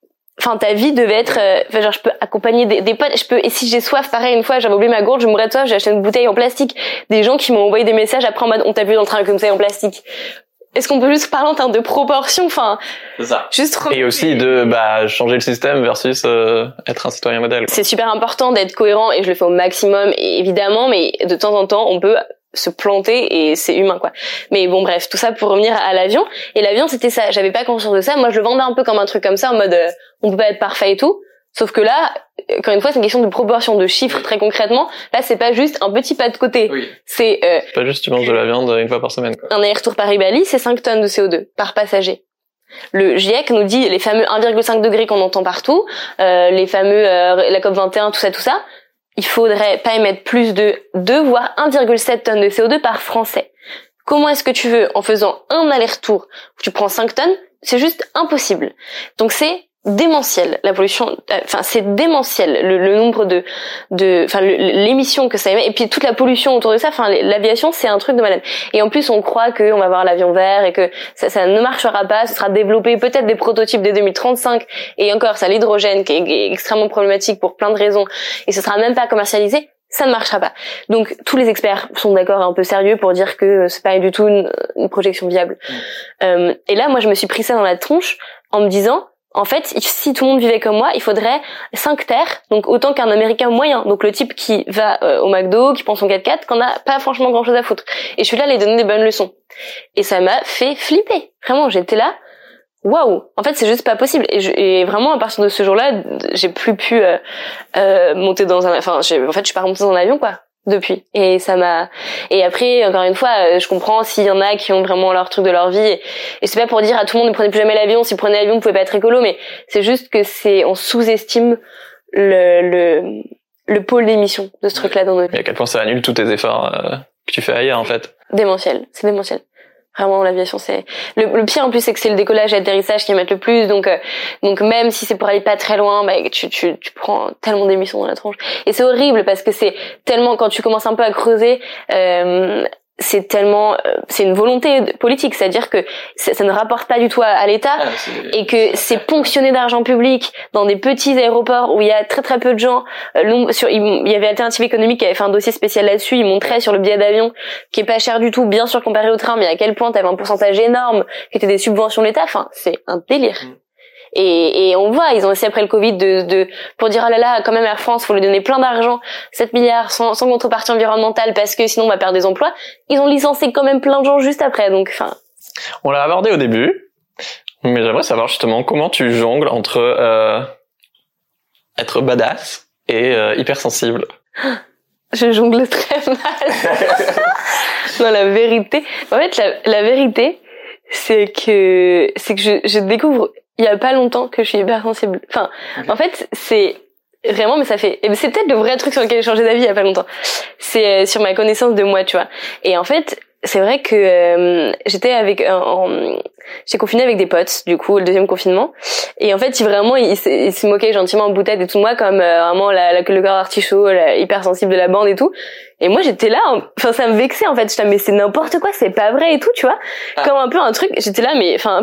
ta vie devait être genre je peux accompagner des potes, et si j'ai soif, pareil, une fois j'avais oublié ma gourde, je mourais de soif, j'ai acheté une bouteille en plastique. Des gens qui m'ont envoyé des messages après en mode on t'a vu dans le train avec une bouteille en plastique. Est-ce qu'on peut juste parler en termes de proportion, c'est ça. Juste et aussi de changer le système versus être un citoyen modèle, quoi. C'est super important d'être cohérent, et je le fais au maximum, évidemment, mais de temps en temps on peut se planter, et c'est humain, quoi. Mais bon, bref, tout ça pour revenir à l'avion. Et l'avion, c'était ça, j'avais pas conscience de ça. Moi je le vendais un peu comme un truc comme ça, en mode on peut pas être parfait et tout. Sauf que là, encore une fois, c'est une question de proportion, de chiffres, très concrètement. Là, c'est pas juste un petit pas de côté. Oui. C'est pas juste tu manges de la viande une fois par semaine, quoi. Un aller-retour Paris-Bali, c'est 5 tonnes de CO2 par passager. Le GIEC nous dit les fameux 1,5 degrés qu'on entend partout, les fameux la COP21, tout ça. Il faudrait pas émettre plus de 2 voire 1,7 tonnes de CO2 par Français. Comment est-ce que tu veux, en faisant un aller-retour où tu prends 5 tonnes, c'est juste impossible. Donc c'est démentiel, la pollution, c'est démentiel le nombre l'émission que ça émet, et puis toute la pollution autour de ça. L'aviation, c'est un truc de malade. Et en plus on croit qu'on va avoir l'avion vert et que ça ne marchera pas, ce sera développé peut-être des prototypes dès 2035, et encore ça, l'hydrogène qui est extrêmement problématique pour plein de raisons, et ce sera même pas commercialisé. Ça ne marchera pas. Donc tous les experts sont d'accord, un peu sérieux, pour dire que c'est pas du tout une projection viable. Et là moi je me suis pris ça dans la tronche en me disant, en fait, si tout le monde vivait comme moi, il faudrait 5 terres, donc autant qu'un Américain moyen. Donc le type qui va au McDo, qui prend son 4x4, qu'on a pas franchement grand chose à foutre. Et je suis là à lui donner des bonnes leçons. Et ça m'a fait flipper. Vraiment, j'étais là. Waouh. En fait, c'est juste pas possible. Et vraiment, à partir de ce jour-là, j'ai plus pu monter dans un... je suis pas remontée dans un avion, quoi. Depuis. Et après, encore une fois, je comprends s'il y en a qui ont vraiment leur truc de leur vie, et c'est pas pour dire à tout le monde ne prenez plus jamais l'avion, si vous prenez l'avion vous pouvez pas être écolo, mais c'est juste que on sous-estime le pôle d'émission de ce truc-là dans nos vies. Et à quel point ça annule tous tes efforts que tu fais ailleurs, en fait. Démentiel, c'est démentiel. Vraiment, l'aviation, c'est le pire en plus, c'est que c'est le décollage et l'atterrissage qui émettent le plus, donc même si c'est pour aller pas très loin, tu prends tellement d'émissions dans la tronche, et c'est horrible parce que c'est tellement, quand tu commences un peu à creuser, c'est tellement c'est une volonté politique, c'est-à-dire que ça ne rapporte pas du tout à l'État, et que c'est ponctionné d'argent public dans des petits aéroports où il y a très très peu de gens. Il y avait Alternative économique qui avait fait un dossier spécial là-dessus, il montrait sur le billet d'avion qui est pas cher du tout, bien sûr comparé au train, mais à quel point t'avais un pourcentage énorme qui était des subventions de l'État. C'est un délire. Et on voit, ils ont essayé après le Covid pour dire, ah là là, quand même Air France, faut lui donner plein d'argent, 7 milliards sans contrepartie environnementale, parce que sinon on va perdre des emplois. Ils ont licencié quand même plein de gens juste après, donc On l'a abordé au début, mais j'aimerais savoir justement comment tu jongles entre être badass et hypersensible. Je jongle très mal. Non, la vérité, en fait, la vérité, c'est que je découvre il y a pas longtemps que je suis hypersensible. En fait, c'est vraiment, mais c'est peut-être le vrai truc sur lequel j'ai changé d'avis il y a pas longtemps. C'est sur ma connaissance de moi, tu vois. Et en fait, c'est vrai que j'étais j'ai confiné avec des potes, du coup, le deuxième confinement. Et en fait, ils se moquaient gentiment en boutade et tout de moi, comme vraiment le cœur d'artichaut, hypersensible de la bande et tout. Et moi, j'étais là, ça me vexait, en fait. J'étais là, mais c'est n'importe quoi, c'est pas vrai et tout, tu vois. Comme un peu un truc, j'étais là, mais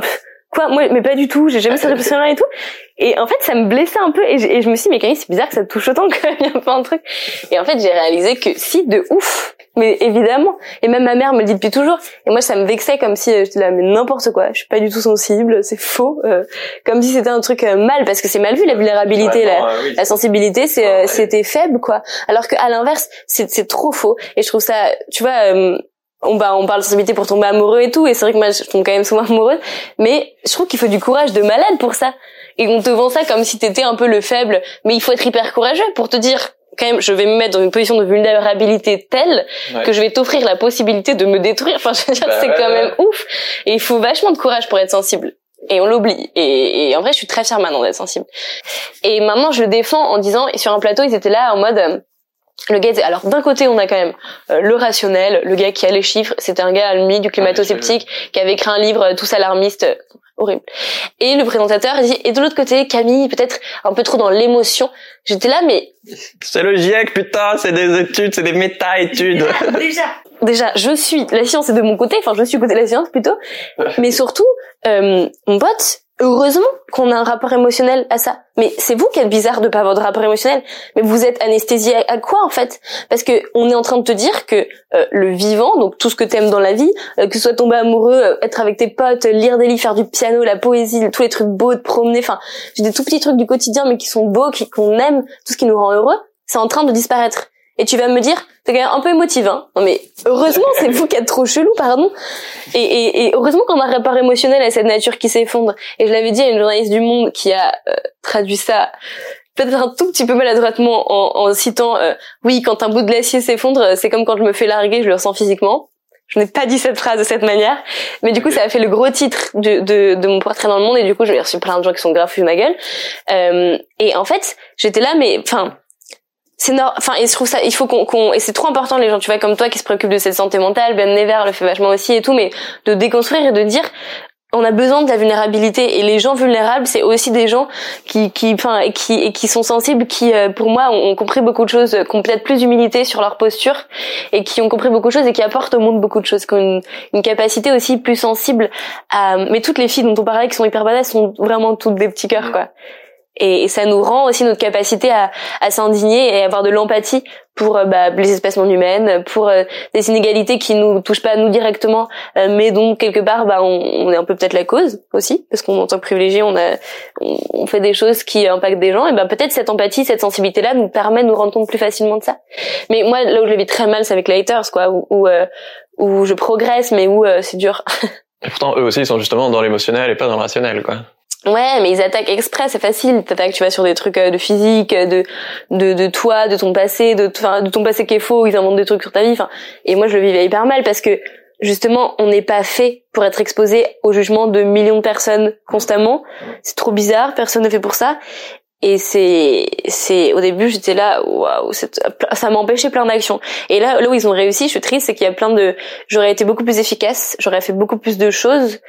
quoi, moi, mais pas du tout, j'ai jamais cette réflexion-là et tout. Et en fait, ça me blessait un peu, et je me suis dit, mais Camille, c'est bizarre que ça te touche autant quand même, il y a pas un truc. Et en fait, j'ai réalisé que si, de ouf. Mais évidemment. Et même ma mère me le dit depuis toujours. Et moi, ça me vexait comme si j'étais là, mais n'importe quoi. Je suis pas du tout sensible, c'est faux. Comme si c'était un truc mal, parce que c'est mal vu, la vulnérabilité, la sensibilité, c'était faible, quoi. Alors que, à l'inverse, c'est trop faux. Et je trouve ça, tu vois, on parle de sensibilité pour tomber amoureux et tout, et c'est vrai que moi, je tombe quand même souvent amoureuse. Mais je trouve qu'il faut du courage de malade pour ça. Et on te vend ça comme si t'étais un peu le faible. Mais il faut être hyper courageux pour te dire, quand même, je vais me mettre dans une position de vulnérabilité telle que je vais t'offrir la possibilité de me détruire. Enfin, je veux dire, c'est quand même ouf. Et il faut vachement de courage pour être sensible. Et on l'oublie. Et en vrai, je suis très fière maintenant d'être sensible. Et maintenant, je le défends en disant, et sur un plateau, ils étaient là en mode, le gars, alors d'un côté, on a quand même le rationnel, le gars qui a les chiffres. C'était un gars, lui, du climato-sceptique, qui avait écrit un livre tous alarmiste, horrible. Et le présentateur il dit, et de l'autre côté, Camille, peut-être un peu trop dans l'émotion. J'étais là, mais... C'est le GIEC, putain, c'est des études, c'est des méta-études. Déjà, je suis, la science est de mon côté, enfin, je suis côté de la science plutôt. Mais surtout, mon pote, heureusement qu'on a un rapport émotionnel à ça. Mais c'est vous qui êtes bizarre de pas avoir de rapport émotionnel. Mais vous êtes anesthésié à quoi, en fait? Parce que on est en train de te dire que le vivant, donc tout ce que t'aimes dans la vie, que ce soit tomber amoureux, être avec tes potes, lire des livres, faire du piano, la poésie, tous les trucs beaux, de promener, enfin, j'ai des tout petits trucs du quotidien, mais qui sont beaux, qu'on aime, tout ce qui nous rend heureux, c'est en train de disparaître. Et tu vas me dire, t'es quand même un peu émotive, hein. Non mais, heureusement, c'est vous qui êtes trop chelou, pardon. Et heureusement qu'on a un rapport émotionnel à cette nature qui s'effondre. Et je l'avais dit à une journaliste du Monde qui a traduit ça, peut-être un tout petit peu maladroitement, en citant, oui, quand un bout de glacier s'effondre, c'est comme quand je me fais larguer, je le ressens physiquement. Je n'ai pas dit cette phrase de cette manière. Mais du coup, ça a fait le gros titre de mon portrait dans le Monde, et du coup, j'ai reçu plein de gens qui sont grave fous de ma gueule. Et en fait, j'étais là, mais, enfin, et je trouve ça, il faut et c'est trop important, les gens, tu vois, comme toi, qui se préoccupent de cette santé mentale, Ben Never le fait vachement aussi et tout, mais de déconstruire et de dire, on a besoin de la vulnérabilité, et les gens vulnérables, c'est aussi des gens qui sont sensibles, qui, pour moi, ont compris beaucoup de choses, qui ont peut-être plus d'humilité sur leur posture, et qui ont compris beaucoup de choses, et qui apportent au monde beaucoup de choses, qui ont une capacité aussi plus sensible mais toutes les filles dont on parlait qui sont hyper badass sont vraiment toutes des petits cœurs, quoi. Et ça nous rend aussi notre capacité à s'indigner et avoir de l'empathie pour les espèces non humaines, pour des inégalités qui nous touchent pas nous directement, mais dont quelque part on est un peu peut-être la cause aussi, parce qu'en tant que privilégié on fait des choses qui impactent des gens, et peut-être cette empathie, cette sensibilité là nous permet de nous rendre compte plus facilement de ça. Mais moi, là où je le vis très mal, c'est avec les haters, quoi, où je progresse, mais où c'est dur. Et pourtant eux aussi ils sont justement dans l'émotionnel et pas dans le rationnel, quoi. Ouais, mais ils attaquent exprès, c'est facile. T'attaques, tu vas sur des trucs de physique, de toi, de ton passé, de ton passé qui est faux, ils inventent des trucs sur ta vie. Enfin, et moi je le vivais hyper mal parce que justement, on n'est pas fait pour être exposé au jugement de millions de personnes constamment. C'est trop bizarre, personne n'est fait pour ça. Et c'est au début j'étais là, waouh, ça m'empêchait plein d'actions. Et là où ils ont réussi, je suis triste, c'est qu'il y a j'aurais été beaucoup plus efficace, j'aurais fait beaucoup plus de choses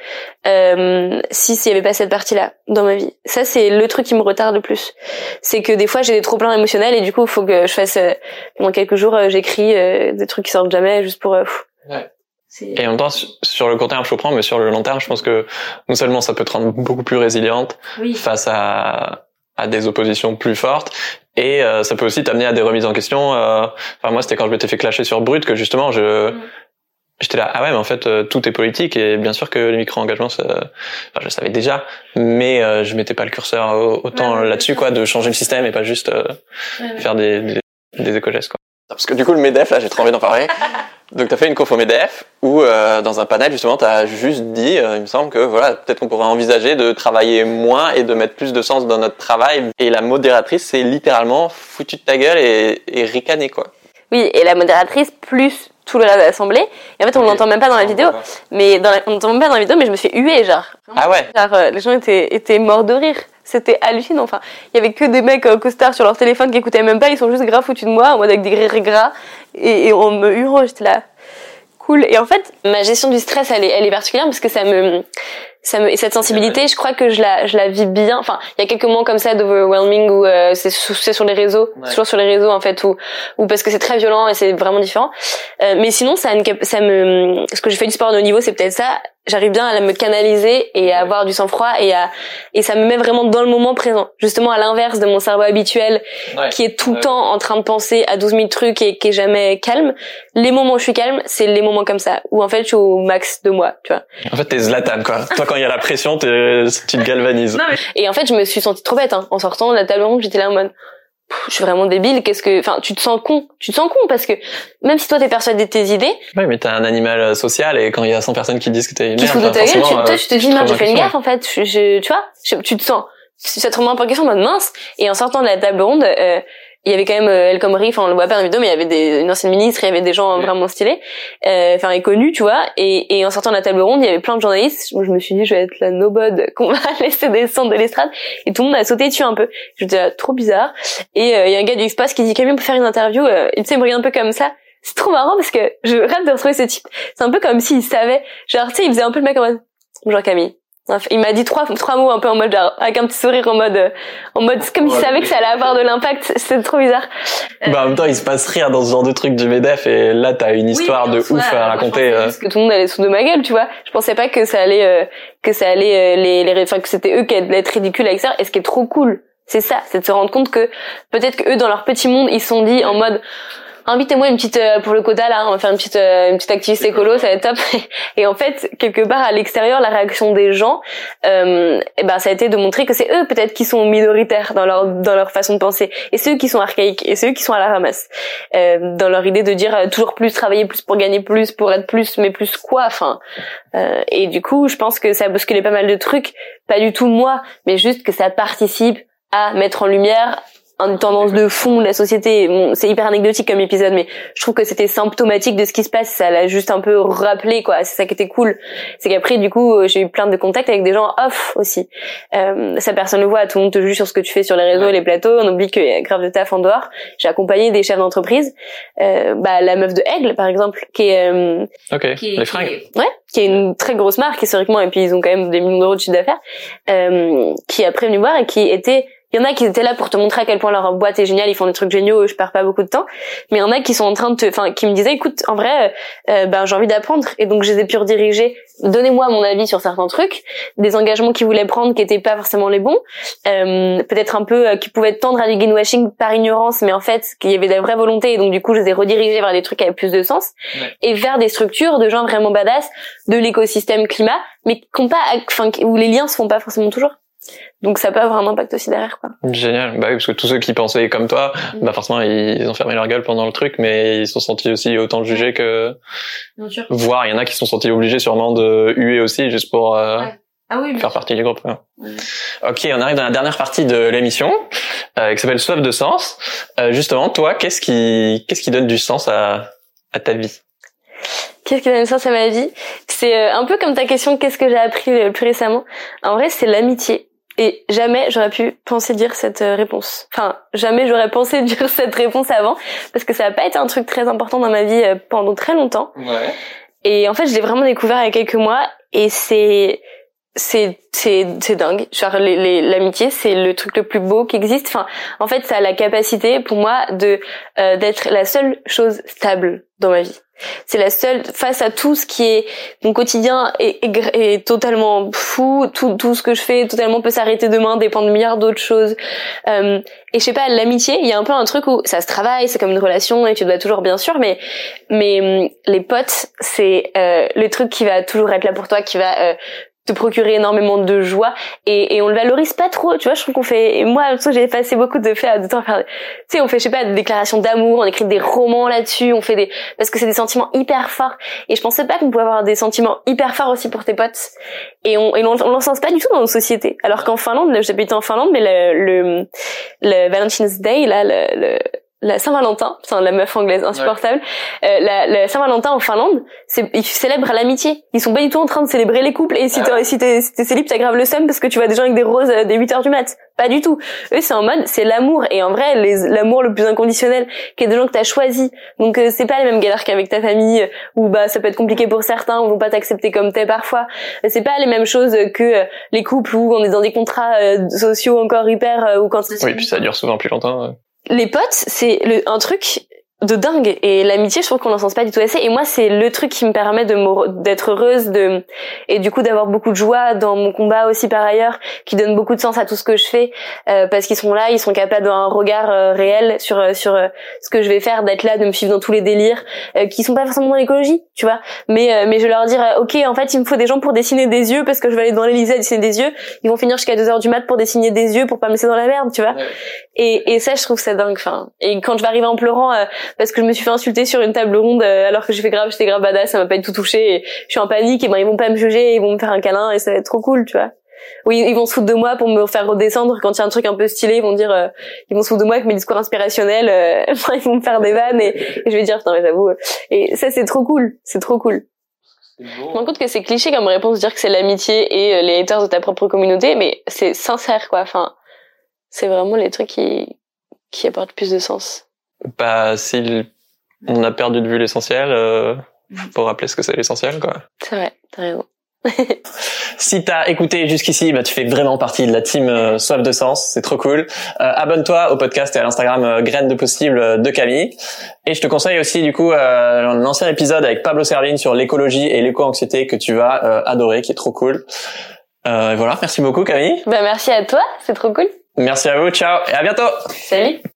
s'il y avait pas cette partie-là dans ma vie. Ça, c'est le truc qui me retarde le plus. C'est que des fois j'ai des trop-pleins émotionnels, et du coup il faut que je fasse pendant quelques jours j'écris des trucs qui sortent jamais, juste pour ouais. Et en même temps, sur le court terme, je comprends, mais sur le long terme, je pense que non seulement ça peut te rendre beaucoup plus résiliente face à des oppositions plus fortes, et ça peut aussi t'amener à des remises en question. Moi, c'était quand je m'étais fait clasher sur Brut que justement j'étais là, ah ouais, mais en fait tout est politique, et bien sûr que les micro-engagements, je le savais déjà, mais je mettais pas le curseur autant là-dessus, quoi, de changer le système et pas juste faire des éco-gestes, quoi. Parce que du coup le MEDEF, là, j'ai trop envie d'en parler. Donc t'as fait une conf au MEDEF où dans un panel justement t'as juste dit, il me semble que voilà, peut-être qu'on pourrait envisager de travailler moins et de mettre plus de sens dans notre travail. Et la modératrice c'est littéralement foutu de ta gueule et ricané, quoi. Oui, et la modératrice plus tout le reste de l'assemblée. Et en fait on l'entend même pas dans la vidéo, on l'entend même pas dans la vidéo, mais je me suis huée, genre. Ah ouais. Genre les gens étaient morts de rire. C'était hallucinant. Enfin, il y avait que des mecs costards sur leur téléphone qui écoutaient même pas, ils sont juste grave foutus de moi, en mode avec des rires gras, et on me hurle, j'étais là, cool. Et en fait, ma gestion du stress, elle est particulière parce que et cette sensibilité, je crois que je la vis bien. Enfin, il y a quelques moments comme ça d'overwhelming où c'est sur les réseaux, c'est toujours sur les réseaux en fait, ou parce que c'est très violent et c'est vraiment différent. Mais sinon, ce que j'ai fait du sport à haut niveau, c'est peut-être ça. J'arrive bien à me canaliser et à avoir du sang-froid et ça me met vraiment dans le moment présent. Justement, à l'inverse de mon cerveau habituel qui est tout le temps en train de penser à 12 000 trucs et qui est jamais calme. Les moments où je suis calme, c'est les moments comme ça où en fait je suis au max de moi, tu vois. En fait, t'es Zlatan, quoi. Toi, quand il y a la pression, tu te galvanises. Non, mais... Et en fait, je me suis sentie trop bête, en sortant de la table ronde, j'étais là en mode, je suis vraiment débile, tu te sens con parce que même si toi t'es persuadé de tes idées. Oui, mais t'es un animal social et quand il y a 100 personnes qui disent que t'es une merde, qui foutent de ta gueule, toi, tu te dis, merde, j'ai fait une gaffe, en fait, tu vois, tu te sens, ça te remet un peu en question en mode mince, et en sortant de la table ronde, il y avait quand même El Khomri, enfin on le voit pas dans la vidéo, mais il y avait une ancienne ministre, il y avait des gens vraiment stylés, et connus, tu vois, et en sortant de la table ronde, il y avait plein de journalistes. Je me suis dit, je vais être la nobody qu'on va laisser descendre de l'estrade, et tout le monde a sauté dessus un peu. Je me disais, trop bizarre. Et il y a un gars du Express qui dit, Camille, on peut faire une interview, et tu sais, il me regarde un peu comme ça. C'est trop marrant parce que je rêve de retrouver ce type. C'est un peu comme s'il savait, genre tu sais, il faisait un peu le mec en mode, bonjour Camille. Il m'a dit trois mots un peu en mode genre, avec un petit sourire en mode c'est comme s'il savait que ça allait avoir de l'impact. C'est trop bizarre. En même temps, il se passe rien dans ce genre de truc du MEDEF et là t'as une histoire de ouf à raconter. Parce que tout le monde allait sous de ma gueule, tu vois. Je pensais pas que ça allait que c'était eux qui allaient être ridicules avec ça. Et ce qui est trop cool, c'est ça, c'est de se rendre compte que peut-être que eux dans leur petit monde, ils se sont dit en mode, invitez-moi une petite pour le quota là, on va faire une petite activité écolo, ça va être top. Et en fait, quelque part à l'extérieur, la réaction des gens, ça a été de montrer que c'est eux peut-être qui sont minoritaires dans leur façon de penser, et ceux qui sont archaïques, et ceux qui sont à la ramasse dans leur idée de dire toujours plus, travailler plus pour gagner plus, pour être plus, mais plus quoi, enfin. Et du coup, je pense que ça a bousculé pas mal de trucs, pas du tout moi, mais juste que ça participe à mettre en lumière une tendance de fond de la société. Bon, c'est hyper anecdotique comme épisode, mais je trouve que c'était symptomatique de ce qui se passe. Ça l'a juste un peu rappelé, quoi. C'est ça qui était cool. C'est qu'après, du coup, j'ai eu plein de contacts avec des gens off aussi. Ça, personne le voit. Tout le monde te juge sur ce que tu fais sur les réseaux et les plateaux. On oublie qu'il y a grave de taf en dehors. J'ai accompagné des chefs d'entreprise. La meuf de Aigle, par exemple, qui est les fringues. Qui est une très grosse marque historiquement, et puis ils ont quand même des millions d'euros de chiffre d'affaires, qui a prévenu voir et qui était... Il y en a qui étaient là pour te montrer à quel point leur boîte est géniale, ils font des trucs géniaux, je perds pas beaucoup de temps. Mais il y en a qui sont en train de qui me disaient, écoute, en vrai, j'ai envie d'apprendre. Et donc, je les ai pu rediriger. Donnez-moi mon avis sur certains trucs, des engagements qu'ils voulaient prendre qui étaient pas forcément les bons, peut-être un peu, qui pouvaient tendre à du greenwashing par ignorance, mais en fait, qu'il y avait de la vraie volonté. Et donc, du coup, je les ai redirigés vers des trucs qui avaient plus de sens. Et vers des structures de gens vraiment badass de l'écosystème climat, mais où les liens se font pas forcément toujours. Donc ça peut avoir un impact aussi derrière, quoi. Génial. Bah oui, parce que tous ceux qui pensaient comme toi, forcément ils ont fermé leur gueule pendant le truc, mais ils se sont sentis aussi autant jugés que... Bien sûr. Voire il y en a qui se sont sentis obligés sûrement de huer aussi juste pour faire partie du groupe. Ok, on arrive dans la dernière partie de l'émission qui s'appelle Soif de sens. Justement, toi, qu'est-ce qui donne du sens à ta vie? Qu'est-ce qui donne du sens à ma vie? C'est un peu comme ta question, qu'est-ce que j'ai appris le plus récemment? En vrai, c'est l'amitié. Et jamais j'aurais pu penser dire cette réponse. Enfin, jamais j'aurais pensé dire cette réponse avant, parce que ça n'a pas été un truc très important dans ma vie pendant très longtemps. Ouais. Et en fait, je l'ai vraiment découvert il y a quelques mois, et c'est dingue. Genre l'amitié, c'est le truc le plus beau qui existe. Enfin, en fait, ça a la capacité pour moi d'être la seule chose stable dans ma vie. C'est la seule, face à tout ce qui est mon quotidien est totalement fou, tout ce que je fais totalement peut s'arrêter demain, dépend de milliards d'autres choses. Et je sais pas, l'amitié, il y a un peu un truc où ça se travaille, c'est comme une relation et tu dois toujours, bien sûr, mais les potes, c'est le truc qui va toujours être là pour toi, qui va te procurer énormément de joie, et on le valorise pas trop, tu vois. Je trouve qu'on fait, et moi j'ai passé beaucoup de temps à faire, tu sais, on fait, je sais pas, des déclarations d'amour, on écrit des romans là-dessus, on fait parce que c'est des sentiments hyper forts, et je pensais pas qu'on pouvait avoir des sentiments hyper forts aussi pour tes potes, et on l'encense pas du tout dans nos sociétés, alors qu'en Finlande, j'habite en Finlande, mais le Valentine's Day là, la Saint-Valentin, la meuf anglaise insupportable, la Saint-Valentin en Finlande, ils célèbrent l'amitié. Ils sont pas du tout en train de célébrer les couples. Et si t'es célib, t'as grave le seum parce que tu vois des gens avec des roses dès 8h du mat. Pas du tout. Eux, c'est en mode, c'est l'amour. Et en vrai, l'amour le plus inconditionnel, qui est des gens que t'as choisis. Donc, c'est pas les mêmes galères qu'avec ta famille, où bah, ça peut être compliqué pour certains, où vont pas t'accepter comme t'es parfois. C'est pas les mêmes choses que les couples où on est dans des contrats sociaux encore hyper, ou quand oui, puis ça dure souvent plus longtemps. Les potes, c'est un truc de dingue, et l'amitié, je trouve qu'on n'en sens pas du tout assez, et moi c'est le truc qui me permet d'être heureuse, et du coup d'avoir beaucoup de joie dans mon combat aussi par ailleurs, qui donne beaucoup de sens à tout ce que je fais, parce qu'ils sont là, ils sont capables d'un regard réel sur ce que je vais faire, d'être là, de me suivre dans tous les délires, qui sont pas forcément dans l'écologie, tu vois, mais je vais leur dire ok, en fait il me faut des gens pour dessiner des yeux, parce que je vais aller dans l'Élysée dessiner des yeux, ils vont finir jusqu'à 2h du mat pour dessiner des yeux, pour pas me laisser dans la merde, tu vois. Et ça je trouve ça dingue, et quand je vais arriver en pleurant parce que je me suis fait insulter sur une table ronde alors que j'étais grave badass, ça m'a pas du tout touché, et je suis en panique, et ben ils vont pas me juger, ils vont me faire un câlin, et ça va être trop cool, tu vois. Oui, ils vont se foutre de moi pour me faire redescendre quand il y a un truc un peu stylé, ils vont dire ils vont se foutre de moi avec mes discours inspirationnels, ils vont me faire des vannes, et je vais dire putain mais j'avoue, et ça c'est trop cool. Je me rends compte que c'est cliché comme réponse de dire que c'est l'amitié et les haters de ta propre communauté, mais c'est sincère quoi, c'est vraiment les trucs qui apportent plus de sens. Bah, si on a perdu de vue l'essentiel, faut rappeler ce que c'est l'essentiel, quoi. C'est vrai, t'as raison. Si t'as écouté jusqu'ici, bah tu fais vraiment partie de la team Soif de Sens, c'est trop cool. Abonne-toi au podcast et à l'Instagram Graines de Possible de Camille. Et je te conseille aussi du coup un ancien épisode avec Pablo Servigne sur l'écologie et l'éco-anxiété que tu vas adorer, qui est trop cool. Et voilà, merci beaucoup Camille. Bah merci à toi, c'est trop cool. Merci à vous, ciao et à bientôt. Salut.